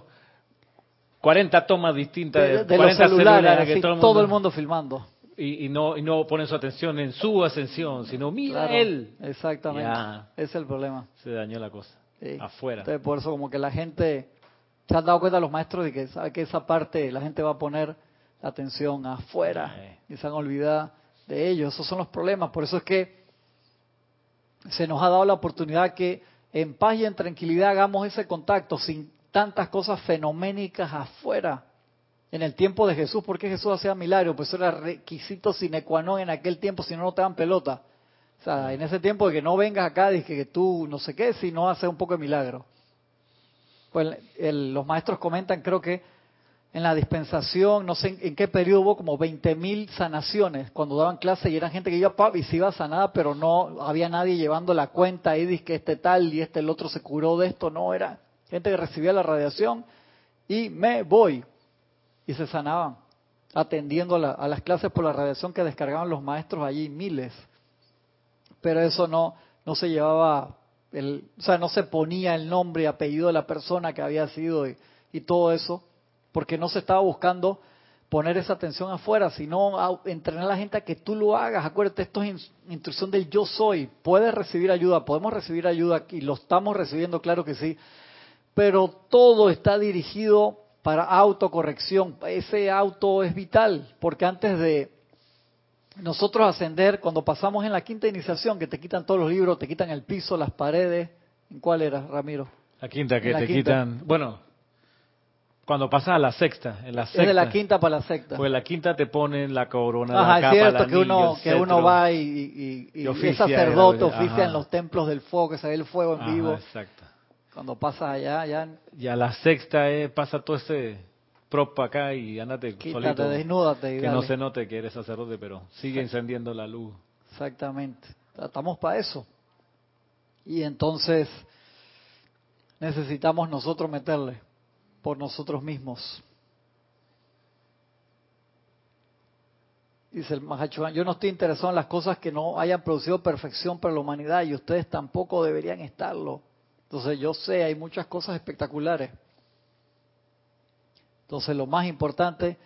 40 tomas distintas de 40 los celulares, que así, todo el mundo filmando. Y no ponen su atención en su ascensión, sino mira Claro, él. Exactamente, Ya, ese es el problema. se dañó la cosa. Sí. Afuera. Entonces, por eso como que la gente, se han dado cuenta los maestros de que sabe que esa parte la gente va a poner la atención afuera y se han olvidado de ellos. Esos son los problemas. Por eso es que se nos ha dado la oportunidad que en paz y en tranquilidad hagamos ese contacto sin tantas cosas fenoménicas afuera. En el tiempo de Jesús, ¿por qué Jesús hacía milagros? Pues eso era requisito sine qua non en aquel tiempo, si no, no te dan pelota. O sea, en ese tiempo de que no vengas acá, dije que tú no sé qué, si no haces un poco de milagro. Pues los maestros comentan, creo que en la dispensación, no sé en qué periodo hubo, como 20.000 sanaciones cuando daban clase y eran gente que iba y se iba sanada, pero no había nadie llevando la cuenta ahí, dice que este tal y este el otro se curó de esto, no, era gente que recibía la radiación y me voy. Y se sanaban, atendiendo a las clases por la radiación que descargaban los maestros allí, miles. Pero eso no se llevaba, o sea, no se ponía el nombre y apellido de la persona que había sido y todo eso, porque no se estaba buscando poner esa atención afuera, sino entrenar a la gente a que tú lo hagas. Acuérdate, esto es instrucción del yo soy. Puedes recibir ayuda, podemos recibir ayuda y lo estamos recibiendo, claro que sí, pero todo está dirigido para autocorrección. Ese auto es vital, porque antes de nosotros ascender, cuando pasamos en la quinta iniciación, que te quitan todos los libros, te quitan el piso, las paredes, ¿en cuál era, Ramiro? La quinta, que te quitan, bueno, cuando pasas a la sexta, en la sexta. Es de la quinta para la sexta. Pues la quinta te ponen la corona, Ajá, la capa, es cierto, el anillo, que uno va y es sacerdote, oficia en los templos del fuego, que se ve el fuego en vivo. Exacto. Cuando pasas allá, ya... Ya la sexta pasa todo ese prop acá y ándate solito. Desnúdate y que dale. no se note que eres sacerdote, pero sigue encendiendo la luz. Exactamente. Estamos para eso. Y entonces necesitamos nosotros meterle por nosotros mismos. Dice el Mahachohan, yo no estoy interesado en las cosas que no hayan producido perfección para la humanidad y ustedes tampoco deberían estarlo. Entonces yo sé, hay muchas cosas espectaculares. Entonces lo más importante,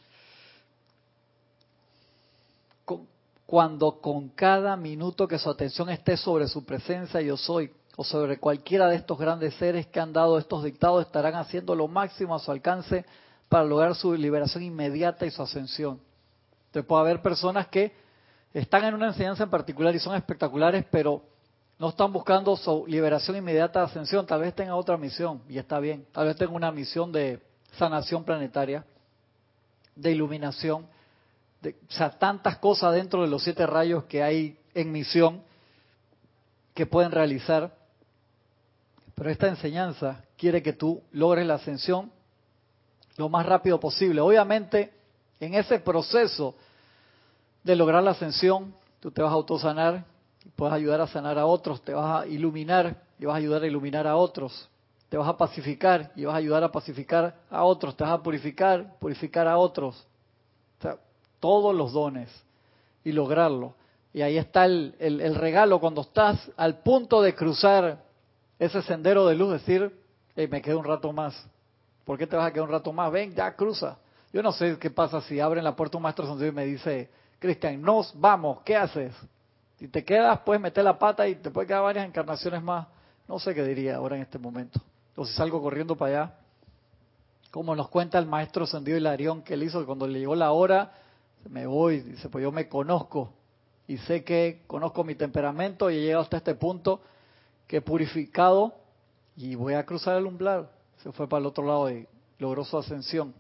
cuando con cada minuto que su atención esté sobre su presencia yo soy, o sobre cualquiera de estos grandes seres que han dado estos dictados, estarán haciendo lo máximo a su alcance para lograr su liberación inmediata y su ascensión. Entonces puede haber personas que están en una enseñanza en particular y son espectaculares, pero no están buscando su liberación inmediata de ascensión. Tal vez tengan otra misión y está bien. Tal vez tengan una misión de sanación planetaria, de iluminación, o sea, tantas cosas dentro de los 7 rayos que hay en misión que pueden realizar. Pero esta enseñanza quiere que tú logres la ascensión lo más rápido posible. Obviamente, en ese proceso de lograr la ascensión, tú te vas a autosanar, puedes ayudar a sanar a otros, te vas a iluminar y vas a ayudar a iluminar a otros, te vas a pacificar y vas a ayudar a pacificar a otros, te vas a purificar a otros. O sea, todos los dones y lograrlo. Y ahí está el regalo cuando estás al punto de cruzar ese sendero de luz, decir, hey, me quedo un rato más. ¿Por qué te vas a quedar un rato más? Ven, ya cruza. Yo no sé qué pasa si abren la puerta un maestro ascendido y me dice, Cristian, nos vamos, ¿qué haces? Si te quedas, puedes meter la pata y te puede quedar varias encarnaciones más. No sé qué diría ahora en este momento. O si salgo corriendo para allá. Como nos cuenta el maestro ascendido Hilarión, que él hizo, que cuando le llegó la hora, me voy, dice, pues yo me conozco. Y sé que conozco mi temperamento y he llegado hasta este punto que he purificado y voy a cruzar el umbral. Se fue para el otro lado y logró su ascensión.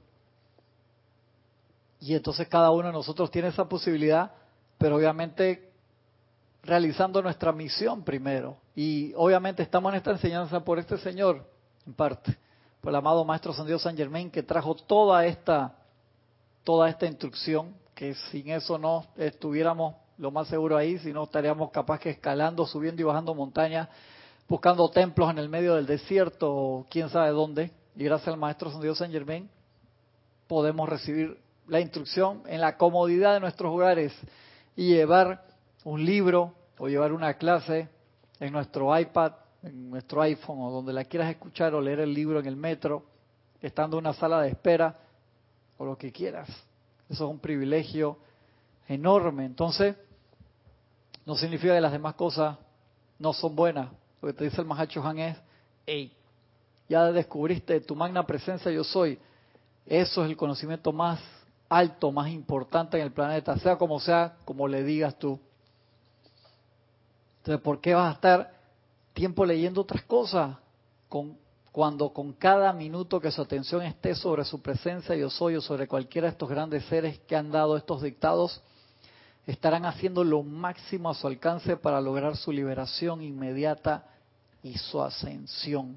Y entonces cada uno de nosotros tiene esa posibilidad, pero obviamente realizando nuestra misión primero. Y obviamente estamos en esta enseñanza por este señor, en parte, por el amado Maestro Ascendido San Germain, que trajo toda esta instrucción, que sin eso no estuviéramos lo más seguro ahí, si no estaríamos capaz que escalando, subiendo y bajando montañas, buscando templos en el medio del desierto, o quién sabe dónde. Y gracias al Maestro Ascendido San Germain podemos recibir la instrucción en la comodidad de nuestros hogares y llevar un libro o llevar una clase en nuestro iPad, en nuestro iPhone o donde la quieras escuchar, o leer el libro en el metro, estando en una sala de espera o lo que quieras. Eso es un privilegio enorme. Entonces, no significa que las demás cosas no son buenas. Lo que te dice el Mahacho Han es, hey, ya descubriste tu magna presencia yo soy. Eso es el conocimiento más alto, más importante en el planeta, sea, como le digas tú. Entonces, ¿por qué vas a estar tiempo leyendo otras cosas? Cuando con cada minuto que su atención esté sobre su presencia yo soy o sobre cualquiera de estos grandes seres que han dado estos dictados, estarán haciendo lo máximo a su alcance para lograr su liberación inmediata y su ascensión.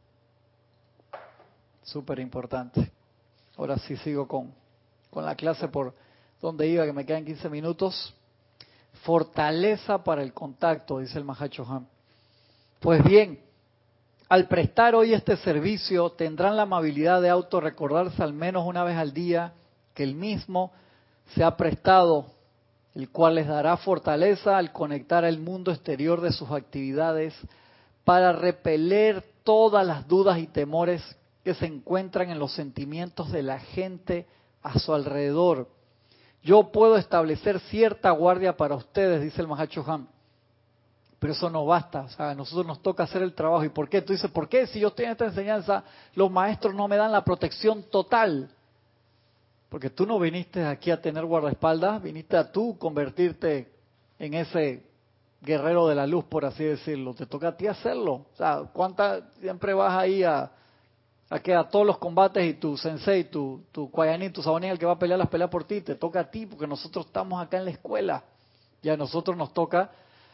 Súper importante. Ahora sí sigo con la clase por donde iba, que me quedan 15 minutos. Fortaleza para el contacto, dice el Mahacho Han. Pues bien, al prestar hoy este servicio, tendrán la amabilidad de autorrecordarse al menos una vez al día que el mismo se ha prestado, el cual les dará fortaleza al conectar al mundo exterior de sus actividades para repeler todas las dudas y temores que se encuentran en los sentimientos de la gente a su alrededor. Yo puedo establecer cierta guardia para ustedes, dice el Mahacho Han, pero eso no basta. O sea, a nosotros nos toca hacer el trabajo. ¿Y por qué? Tú dices, ¿por qué si yo estoy en esta enseñanza, los maestros no me dan la protección total? Porque tú no viniste aquí a tener guardaespaldas, viniste a tú convertirte en ese guerrero de la luz, por así decirlo. Te toca a ti hacerlo. O sea, siempre vas ahí a todos los combates y tu sensei, tu Guayaní, tu Sabonín, el que va a pelear las peleas por ti, te toca a ti porque nosotros estamos acá en la escuela y a nosotros nos toca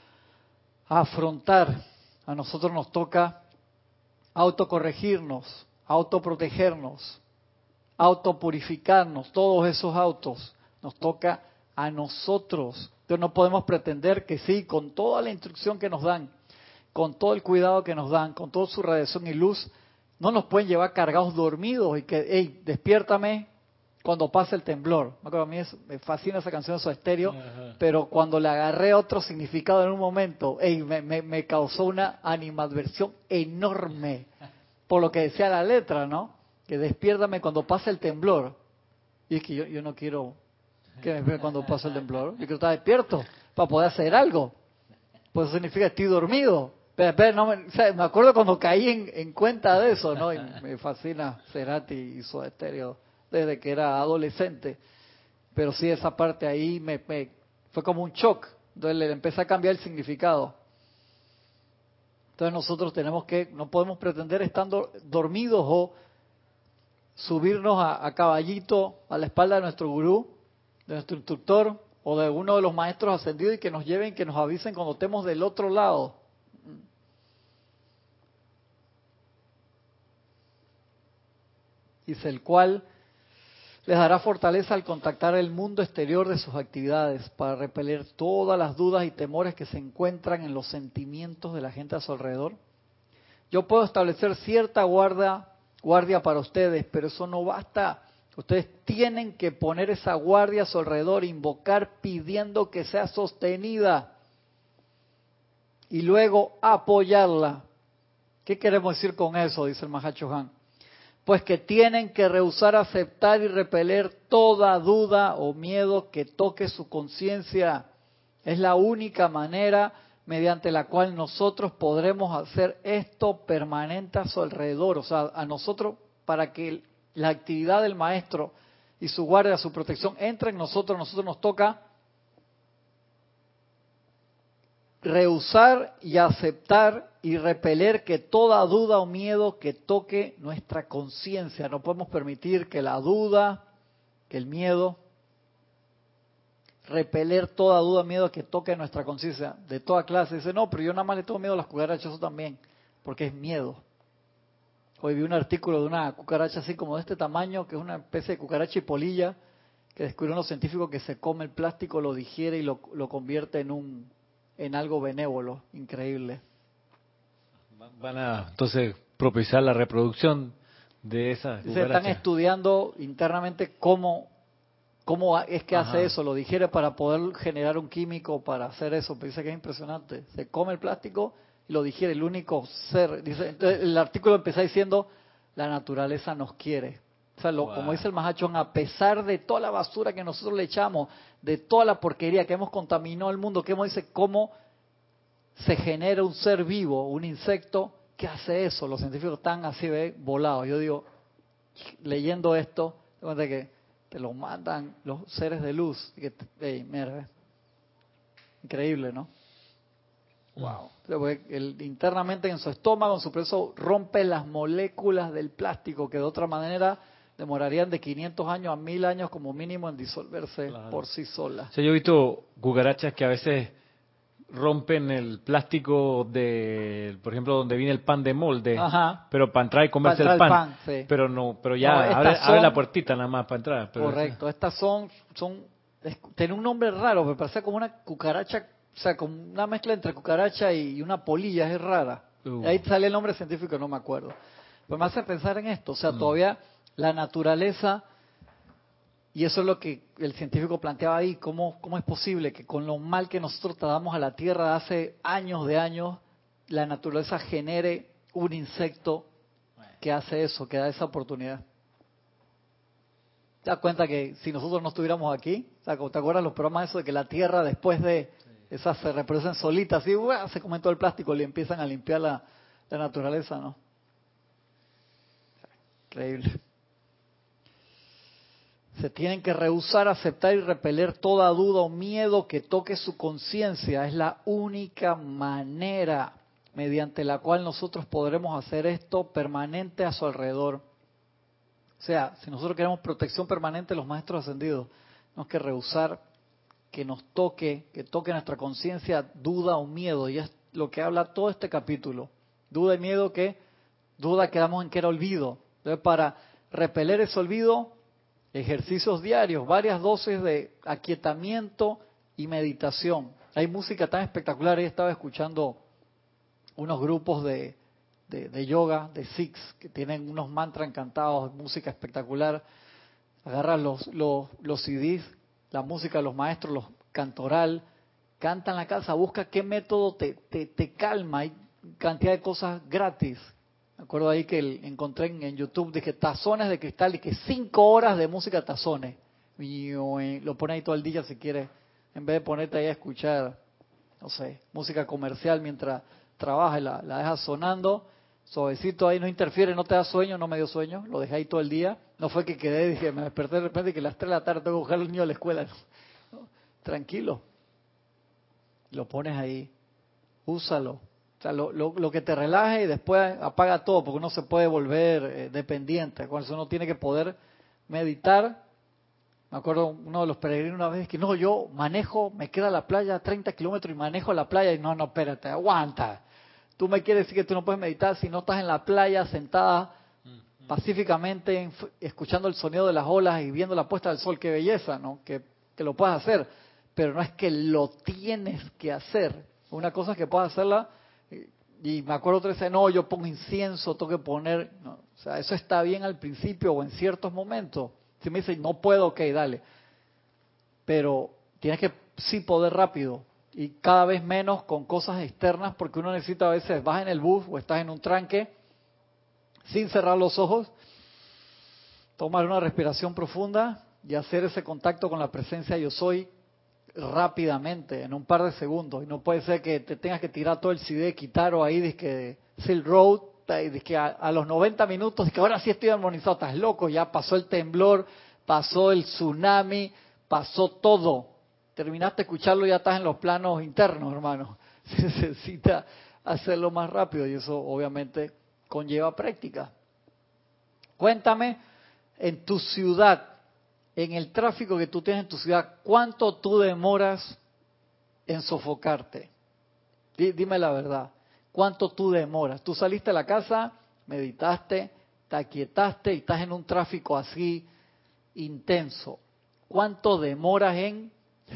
afrontar, a nosotros nos toca autocorregirnos, autoprotegernos, autopurificarnos, todos esos autos nos toca a nosotros. Entonces no podemos pretender que sí, con toda la instrucción que nos dan, con todo el cuidado que nos dan, con toda su radiación y luz, no nos pueden llevar cargados dormidos y que, hey, despiértame cuando pase el temblor. A mí me fascina esa canción de Soda Stereo, pero cuando le agarré otro significado en un momento, hey, me causó una animadversión enorme por lo que decía la letra, ¿no? Que despiértame cuando pase el temblor. Y es que yo no quiero que me despierte cuando pase el temblor. Yo quiero estar despierto para poder hacer algo. Pues eso significa que estoy dormido. Pero no me acuerdo cuando caí en cuenta de eso, ¿no? Y me fascina Cerati y Soda Stereo desde que era adolescente. Pero sí, esa parte ahí fue como un shock. Entonces le empecé a cambiar el significado. Entonces nosotros no podemos pretender estando dormidos o subirnos a caballito a la espalda de nuestro gurú, de nuestro instructor o de uno de los maestros ascendidos y que nos lleven, que nos avisen cuando estemos del otro lado. Dice, el cual les dará fortaleza al contactar el mundo exterior de sus actividades para repeler todas las dudas y temores que se encuentran en los sentimientos de la gente a su alrededor. Yo puedo establecer cierta guardia para ustedes, pero eso no basta. Ustedes tienen que poner esa guardia a su alrededor, invocar pidiendo que sea sostenida y luego apoyarla. ¿Qué queremos decir con eso? Dice el Mahacho Han. pues que tienen que rehusar aceptar y repeler toda duda o miedo que toque su conciencia. Es la única manera mediante la cual nosotros podremos hacer esto permanente a su alrededor. O sea, a nosotros, para que la actividad del maestro y su guardia, su protección entre en nosotros nos toca rehusar y aceptar y repeler que toda duda o miedo que toque nuestra conciencia. No podemos permitir que la duda, que el miedo, repeler toda duda o miedo que toque nuestra conciencia de toda clase. Dice, no, pero yo nada más le tengo miedo a las cucarachas, eso también, porque es miedo. Hoy vi un artículo de una cucaracha así como de este tamaño, que es una especie de cucaracha y polilla, que descubrieron los científicos que se come el plástico, lo digiere y lo convierte en algo benévolo, increíble. Van a entonces propiciar la reproducción de esas Se cucarachas. están estudiando internamente cómo es que hace eso, lo digiere para poder generar un químico para hacer eso. Pero dice que es impresionante. Se come el plástico y lo digiere, el único ser. Dice, entonces el artículo empieza diciendo, la naturaleza nos quiere. O sea, como dice el Mahachón, a pesar de toda la basura que nosotros le echamos, de toda la porquería que hemos contaminado el mundo, que hemos dice cómo se genera un ser vivo, un insecto, que hace eso. Los científicos están así, volados. Yo digo, leyendo esto, te cuenta que te lo mandan los seres de luz. Y que, mira, increíble, ¿no? Wow. Internamente en su estómago, en su proceso, rompe las moléculas del plástico que de otra manera demorarían de 500 años a 1000 años como mínimo en disolverse por sí solas. O sea, yo he visto cucarachas que a veces rompen el plástico de, por ejemplo, donde viene el pan de molde, Ajá, pero para entrar y comerse para el pan, pan, sí. pero no, pero ya No, abre la puertita nada más para entrar. Pero correcto, estas tiene un nombre raro, me parece como una cucaracha, o sea, como una mezcla entre cucaracha y una polilla, es rara. Ahí sale el nombre científico, no me acuerdo. Pero me hace pensar en esto, o sea, todavía la naturaleza, y eso es lo que el científico planteaba ahí, cómo es posible que con lo mal que nosotros tratamos a la Tierra de hace años de años, la naturaleza genere un insecto que hace eso, que da esa oportunidad. ¿Te das cuenta que si nosotros no estuviéramos aquí, o sea, ¿te acuerdas los programas eso de que la Tierra después de esas se reproducen solitas y se comen todo el plástico y le empiezan a limpiar la naturaleza, ¿no? Increíble. Se tienen que rehusar, aceptar y repeler toda duda o miedo que toque su conciencia. Es la única manera mediante la cual nosotros podremos hacer esto permanente a su alrededor. O sea, si nosotros queremos protección permanente de los maestros ascendidos, tenemos que rehusar que nos toque, que toque nuestra conciencia duda o miedo. Y es lo que habla todo este capítulo. Duda y miedo duda quedamos en que era olvido. Entonces, para repeler ese olvido, ejercicios diarios, varias dosis de aquietamiento y meditación. Hay música tan espectacular. Yo estaba escuchando unos grupos de yoga, de Sikhs, que tienen unos mantras encantados, música espectacular. Agarran los CDs, la música de los maestros, los cantoral, canta en la casa, busca qué método te calma. Hay cantidad de cosas gratis. Me acuerdo ahí que encontré en YouTube, dije tazones de cristal y que 5 horas de música tazones. Y lo pone ahí todo el día si quieres, en vez de ponerte ahí a escuchar, no sé, música comercial mientras trabajas, la dejas sonando, suavecito ahí, no interfiere, no te da sueño, no me dio sueño, lo dejé ahí todo el día. No fue que quedé, dije, me desperté de repente y que a las 3 de la tarde tengo que buscar a los niños a la escuela. No, tranquilo, lo pones ahí, úsalo. O sea, lo que te relaje y después apaga todo, porque uno se puede volver dependiente. Cuando uno tiene que poder meditar. Me acuerdo uno de los peregrinos una vez que no, yo manejo, me queda a la playa 30 kilómetros y manejo la playa y no, espérate, aguanta. Tú me quieres decir que tú no puedes meditar si no estás en la playa sentada pacíficamente, escuchando el sonido de las olas y viendo la puesta del sol, qué belleza, ¿no? Que lo puedas hacer, pero no es que lo tienes que hacer. Una cosa es que puedas hacerla. Y me acuerdo otra vez, no, yo pongo incienso, tengo que poner, no, o sea, eso está bien al principio o en ciertos momentos. Si me dicen, no puedo, ok, dale. Pero tienes que sí poder rápido y cada vez menos con cosas externas, porque uno necesita a veces, vas en el bus o estás en un tranque, sin cerrar los ojos, tomar una respiración profunda y hacer ese contacto con la presencia yo soy rápidamente, en un par de segundos. Y no puede ser que te tengas que tirar todo el CD, quitar o ahí, dizque Silk Road, que a los 90 minutos, que ahora sí estoy armonizado. Estás loco, ya pasó el temblor, pasó el tsunami, pasó todo. Terminaste de escucharlo y ya estás en los planos internos, hermano. Se necesita hacerlo más rápido y eso obviamente conlleva práctica. Cuéntame, en tu ciudad, en el tráfico que tú tienes en tu ciudad, ¿cuánto tú demoras en sofocarte? Dime la verdad. ¿Cuánto tú demoras? Tú saliste de la casa, meditaste, te aquietaste y estás en un tráfico así intenso. ¿Cuánto demoras en...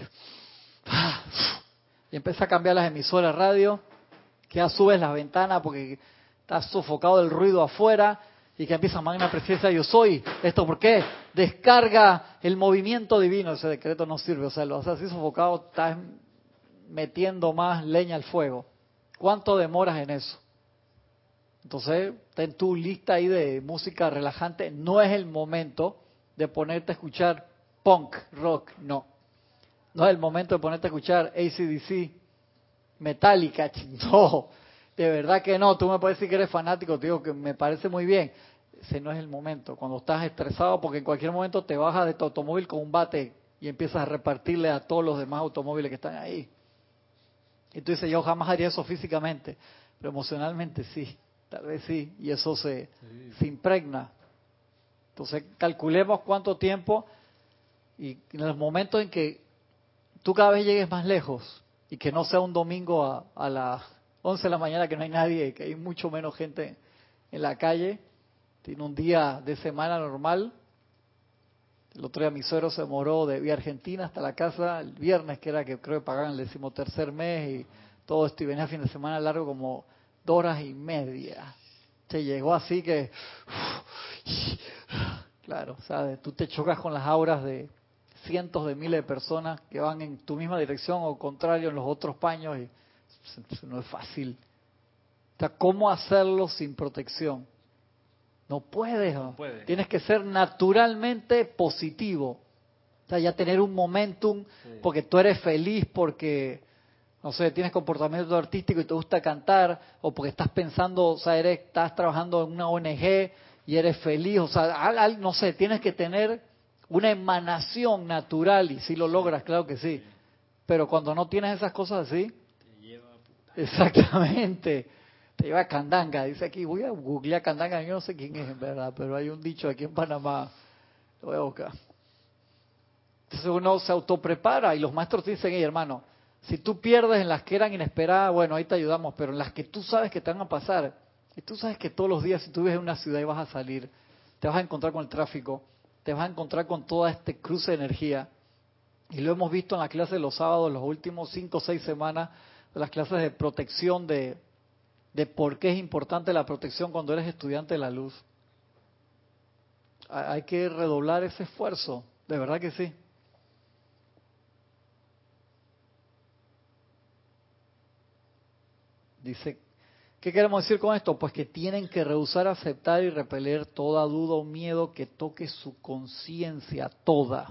Y empieza a cambiar las emisoras de radio, que ya subes las ventanas porque estás sofocado del ruido afuera y que empieza magna presencia yo soy. ¿Esto por qué? Descarga el movimiento divino. Ese decreto no sirve, o sea, lo haces así sofocado, estás metiendo más leña al fuego. ¿Cuánto demoras en eso? Entonces, ten tu lista ahí de música relajante. No es el momento de ponerte a escuchar punk, rock, no. No es el momento de ponerte a escuchar AC/DC, Metallica, no. De verdad que no. Tú me puedes decir que eres fanático, te digo que me parece muy bien. Ese no es el momento. Cuando estás estresado, porque en cualquier momento te bajas de tu automóvil con un bate y empiezas a repartirle a todos los demás automóviles que están ahí. Y tú dices, yo jamás haría eso físicamente, pero emocionalmente sí, tal vez sí, y eso se impregna. Entonces calculemos cuánto tiempo y en los momentos en que tú cada vez llegues más lejos y que no sea un domingo a las 11 de la mañana que no hay nadie y que hay mucho menos gente en la calle, tiene un día de semana normal. El otro día mi suegro se demoró de vía Argentina hasta la casa el viernes, que era que creo que pagaban el 13º mes y todo esto, y venía fin de semana largo como 2 horas y media. Se llegó así que, claro, ¿sabes? Tú te chocas con las auras de cientos de miles de personas que van en tu misma dirección o contrario en los otros paños y no es fácil. O sea, ¿cómo hacerlo sin protección? No puedes, ¿no? Tienes que ser naturalmente positivo. O sea, ya tener un momentum porque tú eres feliz, porque, no sé, tienes comportamiento artístico y te gusta cantar, o porque estás pensando, o sea, estás trabajando en una ONG y eres feliz, o sea, no sé, tienes que tener una emanación natural y si lo logras, claro que sí. Pero cuando no tienes esas cosas así, te lleva a puta. Exactamente. Te lleva a Candanga, dice aquí, voy a googlear Candanga, yo no sé quién es en verdad, pero hay un dicho aquí en Panamá, lo voy a buscar. Entonces uno se autoprepara y los maestros te dicen, hey hermano, si tú pierdes en las que eran inesperadas, bueno, ahí te ayudamos, pero en las que tú sabes que te van a pasar, y tú sabes que todos los días si tú vives en una ciudad y vas a salir, te vas a encontrar con el tráfico, te vas a encontrar con todo este cruce de energía, y lo hemos visto en la clase de los sábados, los últimos 5 o 6 semanas, de las clases de protección de por qué es importante la protección cuando eres estudiante de la luz. Hay que redoblar ese esfuerzo, de verdad que sí. Dice, ¿qué queremos decir con esto? Pues que tienen que rehusar aceptar y repeler toda duda o miedo que toque su conciencia toda.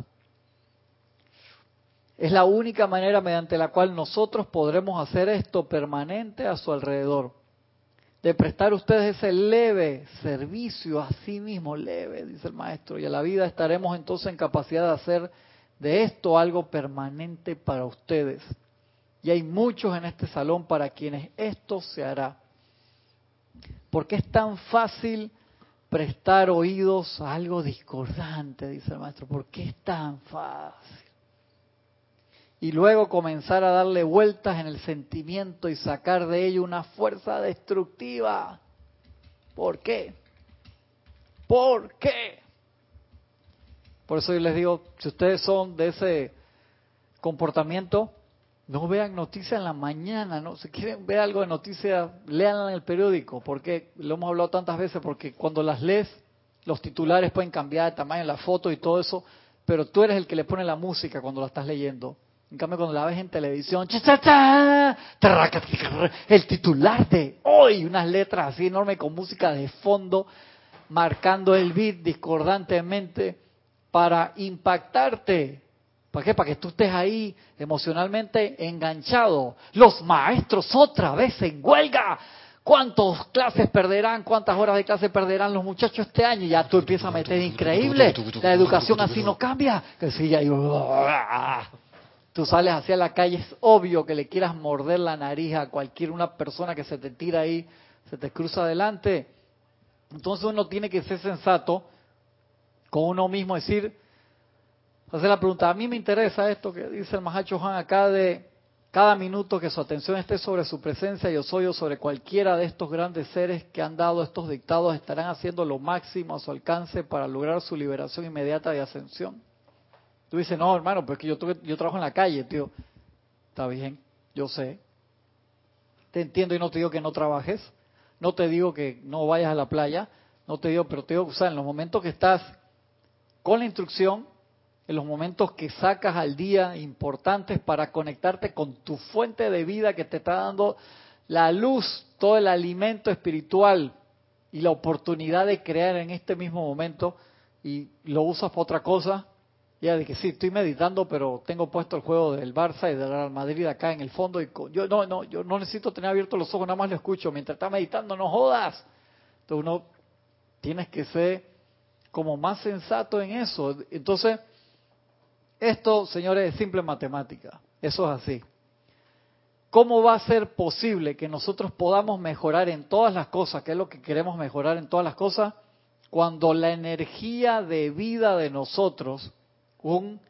Es la única manera mediante la cual nosotros podremos hacer esto permanente a su alrededor. De prestar ustedes ese leve servicio a sí mismo, leve, dice el maestro, y a la vida estaremos entonces en capacidad de hacer de esto algo permanente para ustedes. Y hay muchos en este salón para quienes esto se hará. Porque es tan fácil prestar oídos a algo discordante, dice el maestro. ¿Por qué es tan fácil? Y luego comenzar a darle vueltas en el sentimiento y sacar de ello una fuerza destructiva. ¿Por qué? ¿Por qué? Por eso yo les digo, si ustedes son de ese comportamiento, no vean noticias en la mañana, ¿no? Si quieren ver algo de noticias, léanla en el periódico, porque lo hemos hablado tantas veces, porque cuando las lees, los titulares pueden cambiar de tamaño, la foto y todo eso, pero tú eres el que le pone la música cuando la estás leyendo. En cambio, cuando la ves en televisión, el titular de hoy, unas letras así enormes con música de fondo, marcando el beat discordantemente para impactarte. ¿Para qué? Para que tú estés ahí emocionalmente enganchado. Los maestros otra vez en huelga. ¿Cuántas clases perderán? ¿Cuántas horas de clase perderán los muchachos este año? Y ya tú empiezas a meter increíble. La educación así no cambia. Que sigue ahí. Tú sales hacia la calle, es obvio que le quieras morder la nariz a una persona que se te tira ahí, se te cruza adelante. Entonces uno tiene que ser sensato con uno mismo, decir, hacer la pregunta, a mí me interesa esto que dice el Mahacho Han acá de cada minuto que su atención esté sobre su presencia, yo soy o sobre cualquiera de estos grandes seres que han dado estos dictados, estarán haciendo lo máximo a su alcance para lograr su liberación inmediata de ascensión. Tú dices, no hermano, pues que yo trabajo en la calle, tío. Está bien, yo sé. Te entiendo y no te digo que no trabajes, no te digo que no vayas a la playa, no te digo, pero te digo, o sea, en los momentos que estás con la instrucción, en los momentos que sacas al día importantes para conectarte con tu fuente de vida que te está dando la luz, todo el alimento espiritual y la oportunidad de crear en este mismo momento, y lo usas para otra cosa, ya de que sí, estoy meditando, pero tengo puesto el juego del Barça y del Real Madrid acá en el fondo, y yo no necesito tener abiertos los ojos, nada más lo escucho mientras está meditando, no jodas. Entonces uno tienes que ser como más sensato en eso. Entonces, esto, señores, es simple matemática. Eso es así. ¿Cómo va a ser posible que nosotros podamos mejorar en todas las cosas, que es lo que queremos mejorar en todas las cosas, cuando la energía de vida de nosotros, un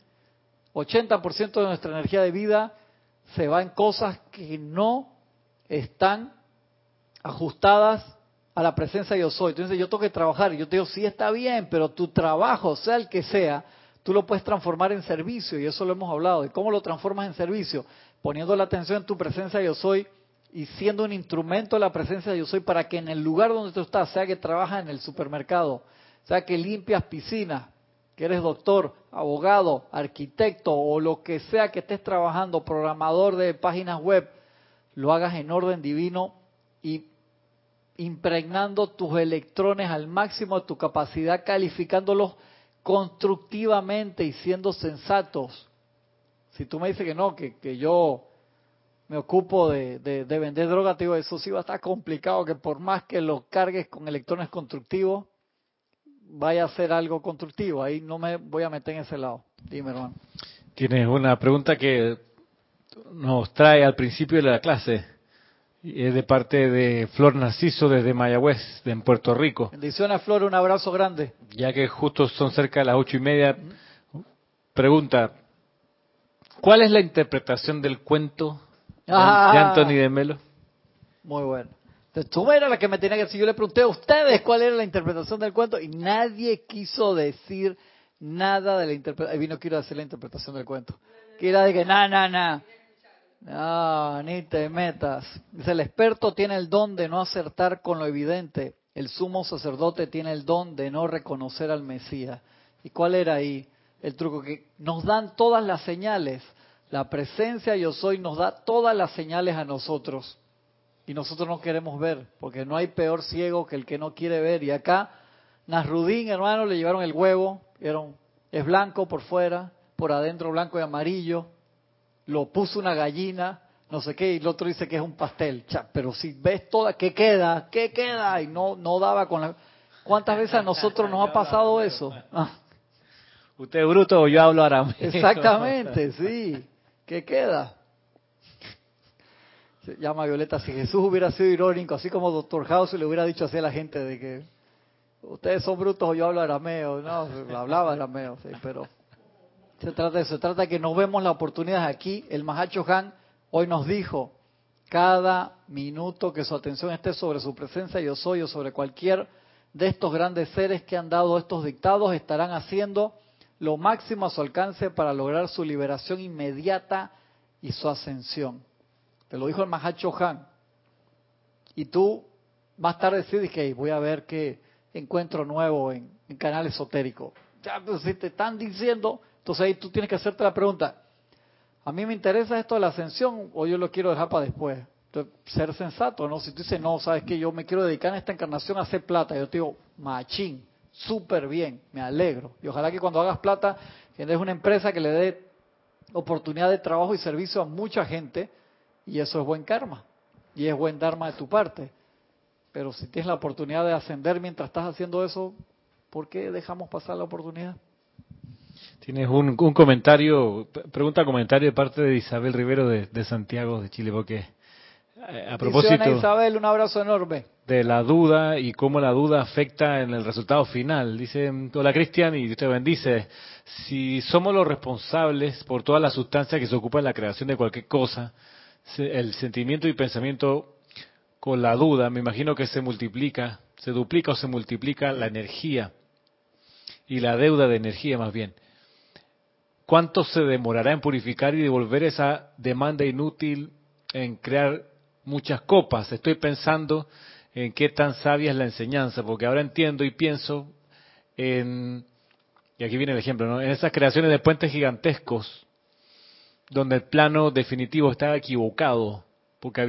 80% de nuestra energía de vida se va en cosas que no están ajustadas a la presencia yo soy? Entonces yo tengo que trabajar, y yo te digo, sí está bien, pero tu trabajo, sea el que sea, tú lo puedes transformar en servicio, y eso lo hemos hablado. ¿Y cómo lo transformas en servicio? Poniendo la atención en tu presencia yo soy y siendo un instrumento de la presencia yo soy para que en el lugar donde tú estás, sea que trabajas en el supermercado, sea que limpias piscinas, que eres doctor, abogado, arquitecto o lo que sea que estés trabajando, programador de páginas web, lo hagas en orden divino y impregnando tus electrones al máximo de tu capacidad, calificándolos constructivamente y siendo sensatos. Si tú me dices que no, que yo me ocupo de vender droga, te digo, eso sí va a estar complicado, que por más que lo cargues con electrones constructivos, vaya a ser algo constructivo. Ahí no me voy a meter en ese lado. Dime, hermano. Tienes una pregunta que nos trae al principio de la clase. Es de parte de Flor Narciso desde Mayagüez, en Puerto Rico. Bendiciones, Flor, un abrazo grande. Ya que justo son cerca de las 8:30, pregunta, ¿cuál es la interpretación del cuento de Anthony de Melo? Muy bueno. Entonces, tú eras la que me tenía que decir. Yo le pregunté a ustedes cuál era la interpretación del cuento y nadie quiso decir nada de la interpretación. Vino, quiero hacer la interpretación del cuento. Que era de que, no, ni te metas. Dice, el experto tiene el don de no acertar con lo evidente. El sumo sacerdote tiene el don de no reconocer al Mesías. ¿Y cuál era ahí el truco? Que nos dan todas las señales. La presencia yo soy nos da todas las señales a nosotros. Y nosotros no queremos ver, porque no hay peor ciego que el que no quiere ver. Y acá, Nasrudín, hermano, le llevaron el huevo. Es blanco por fuera, por adentro blanco y amarillo. Lo puso una gallina, no sé qué, y el otro dice que es un pastel. Pero si ves toda, ¿qué queda? ¿Qué queda? Y no daba con la... ¿Cuántas veces a nosotros nos ha pasado eso? ¿Usted es bruto o yo hablo arameo? Exactamente, sí. ¿Qué queda? Se llama Violeta, si Jesús hubiera sido irónico, así como Dr. House le hubiera dicho así a la gente de que ustedes son brutos o yo hablo arameo. No, hablaba arameo, sí, pero... Se trata de eso, se trata de que nos vemos la oportunidad aquí. El Mahacho Han hoy nos dijo, cada minuto que su atención esté sobre su presencia yo soy o sobre cualquier de estos grandes seres que han dado estos dictados, estarán haciendo lo máximo a su alcance para lograr su liberación inmediata y su ascensión. Te lo dijo el Mahacho Han. Y tú más tarde decides que voy a ver qué encuentro nuevo en canal esotérico. Ya, pues, si te están diciendo... Entonces ahí tú tienes que hacerte la pregunta, ¿a mí me interesa esto de la ascensión o yo lo quiero dejar para después? Entonces, ser sensato, ¿no? Si tú dices, no, sabes que yo me quiero dedicar en esta encarnación a hacer plata, yo te digo, machín, súper bien, me alegro. Y ojalá que cuando hagas plata, generes una empresa que le dé oportunidad de trabajo y servicio a mucha gente, y eso es buen karma, y es buen dharma de tu parte. Pero si tienes la oportunidad de ascender mientras estás haciendo eso, ¿por qué dejamos pasar la oportunidad? Tienes un comentario, comentario de parte de Isabel Rivero de Santiago de Chile, porque a Bendiciones, propósito Isabel, un abrazo enorme. de la duda y cómo la duda afecta en el resultado final. Dice, hola Cristian, y Dios te bendice. Si somos los responsables por toda la sustancia que se ocupa en la creación de cualquier cosa, el sentimiento y pensamiento con la duda, me imagino que se multiplica, se duplica o se multiplica la energía y la deuda de energía más bien. ¿Cuánto se demorará en purificar y devolver esa demanda inútil en crear muchas copas? Estoy pensando en qué tan sabia es la enseñanza, porque ahora entiendo y pienso en, y aquí viene el ejemplo, ¿no? En esas creaciones de puentes gigantescos, donde el plano definitivo estaba equivocado, porque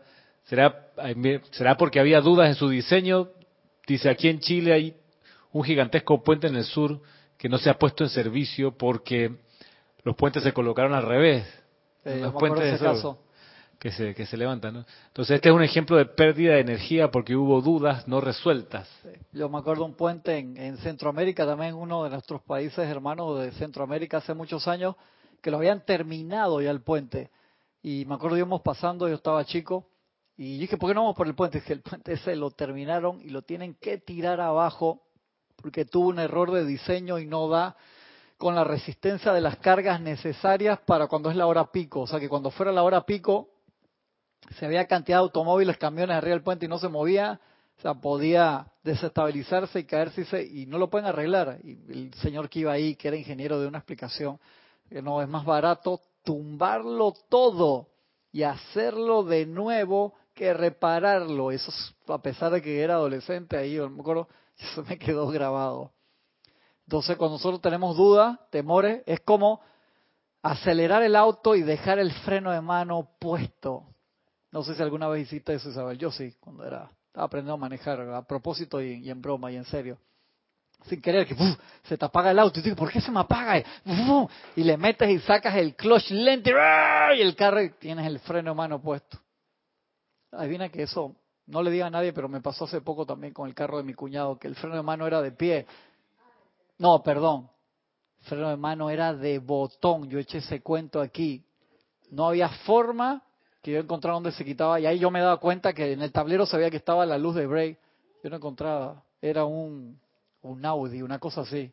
será porque había dudas en su diseño. Dice, aquí en Chile hay un gigantesco puente en el sur que no se ha puesto en servicio porque los puentes se colocaron al revés. Yo Los me acuerdo de puentes ese caso. que se levantan, ¿no? Entonces este es un ejemplo de pérdida de energía porque hubo dudas no resueltas. Sí. Yo me acuerdo un puente en Centroamérica, también uno de nuestros países hermanos de Centroamérica hace muchos años, que lo habían terminado ya el puente. Y me acuerdo íbamos pasando, yo estaba chico, y dije, ¿por qué no vamos por el puente? Es que el puente ese lo terminaron y lo tienen que tirar abajo porque tuvo un error de diseño y no da con la resistencia de las cargas necesarias para cuando es la hora pico. O sea que cuando fuera la hora pico, se había cantidad de automóviles, camiones arriba del puente y no se movía, o sea, podía desestabilizarse y caerse y no lo pueden arreglar. Y el señor que iba ahí, que era ingeniero, de una explicación, que no, es más barato tumbarlo todo y hacerlo de nuevo que repararlo. Eso a pesar de que era adolescente ahí, yo me acuerdo, eso me quedó grabado. Entonces, cuando nosotros tenemos dudas, temores, es como acelerar el auto y dejar el freno de mano puesto. No sé si alguna vez hiciste eso, Isabel. Yo sí, cuando estaba aprendiendo a manejar, a propósito y en broma y en serio. Sin querer, que ¡buf! Se te apaga el auto. Y tú dices, ¿por qué se me apaga? ¡Buf! Y le metes y sacas el clutch lento y el carro y tienes el freno de mano puesto. Adivina que eso, no le diga a nadie, pero me pasó hace poco también con el carro de mi cuñado, que el freno de mano era de pie. No, perdón. El freno de mano era de botón. Yo eché ese cuento aquí. No había forma que yo encontrara dónde se quitaba. Y ahí yo me daba cuenta que en el tablero se veía que estaba la luz de brake. Yo no encontraba. Era un Audi, una cosa así.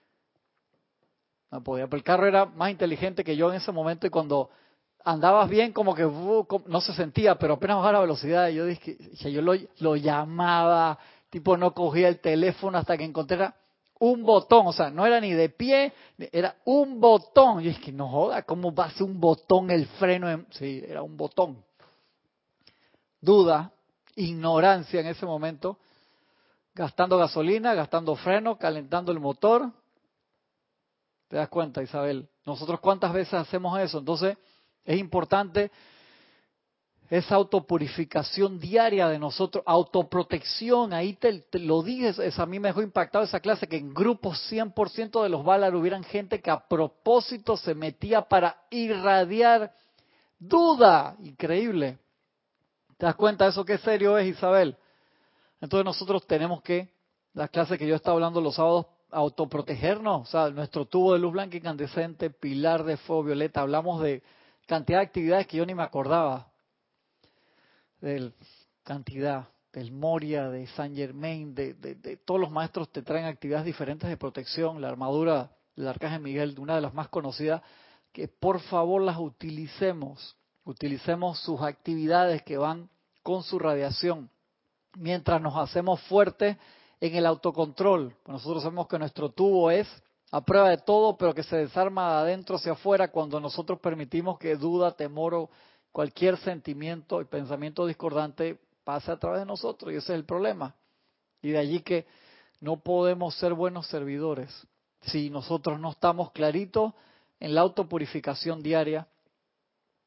No podía. Pero el carro era más inteligente que yo en ese momento y cuando andabas bien como que no se sentía, pero apenas bajaba la velocidad. Y yo dije, yo lo llamaba, tipo no cogía el teléfono hasta que encontrara un botón, o sea, no era ni de pie, era un botón. Yo dije, no joda, ¿cómo va a ser un botón el freno? Sí, era un botón. Duda, ignorancia en ese momento, gastando gasolina, gastando freno, calentando el motor. ¿Te das cuenta, Isabel? Nosotros cuántas veces hacemos eso. Entonces, es importante esa autopurificación diaria de nosotros, autoprotección, ahí te lo dije, a mí me dejó impactado esa clase, que en grupos 100% de los Valar hubieran gente que a propósito se metía para irradiar duda, increíble. ¿Te das cuenta de eso qué serio es, Isabel? Entonces nosotros tenemos que, las clases que yo estaba hablando los sábados, autoprotegernos, o sea, nuestro tubo de luz blanca incandescente, pilar de fuego violeta, hablamos de cantidad de actividades que yo ni me acordaba, de cantidad, del Moria, de Saint Germain, de todos los maestros te traen actividades diferentes de protección, la armadura del Arcángel Miguel, una de las más conocidas, que por favor las utilicemos sus actividades que van con su radiación, mientras nos hacemos fuertes en el autocontrol. Nosotros sabemos que nuestro tubo es a prueba de todo, pero que se desarma de adentro hacia afuera cuando nosotros permitimos que duda, temor o cualquier sentimiento y pensamiento discordante pase a través de nosotros, y ese es el problema. Y de allí que no podemos ser buenos servidores si nosotros no estamos claritos en la autopurificación diaria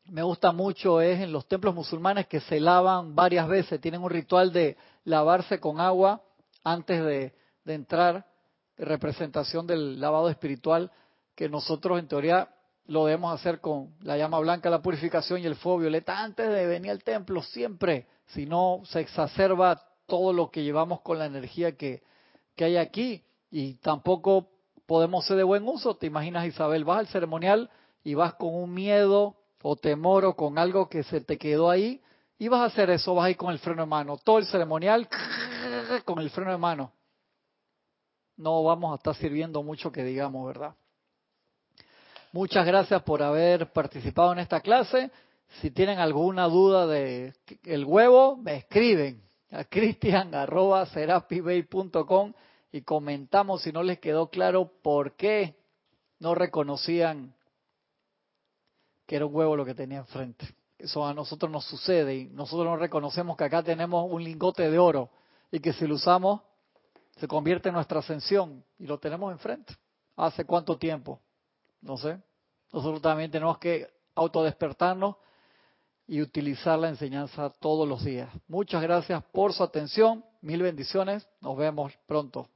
me gusta mucho es en los templos musulmanes que se lavan varias veces, tienen un ritual de lavarse con agua antes de entrar, de representación del lavado espiritual, que nosotros en teoría lo debemos hacer con la llama blanca, la purificación y el fuego violeta antes de venir al templo, siempre, si no se exacerba todo lo que llevamos con la energía que hay aquí, y tampoco podemos ser de buen uso. Te imaginas, Isabel, vas al ceremonial y vas con un miedo o temor o con algo que se te quedó ahí, y vas a hacer eso, vas a ir con el freno de mano, todo el ceremonial con el freno de mano. No vamos a estar sirviendo mucho que digamos, ¿verdad? Muchas gracias por haber participado en esta clase. Si tienen alguna duda de el huevo, me escriben a cristian@serapibay.com y comentamos si no les quedó claro por qué no reconocían que era un huevo lo que tenía enfrente. Eso a nosotros nos sucede y nosotros no reconocemos que acá tenemos un lingote de oro y que si lo usamos se convierte en nuestra ascensión y lo tenemos enfrente. ¿Hace cuánto tiempo? No sé. Nosotros también tenemos que autodespertarnos y utilizar la enseñanza todos los días. Muchas gracias por su atención. Mil bendiciones. Nos vemos pronto.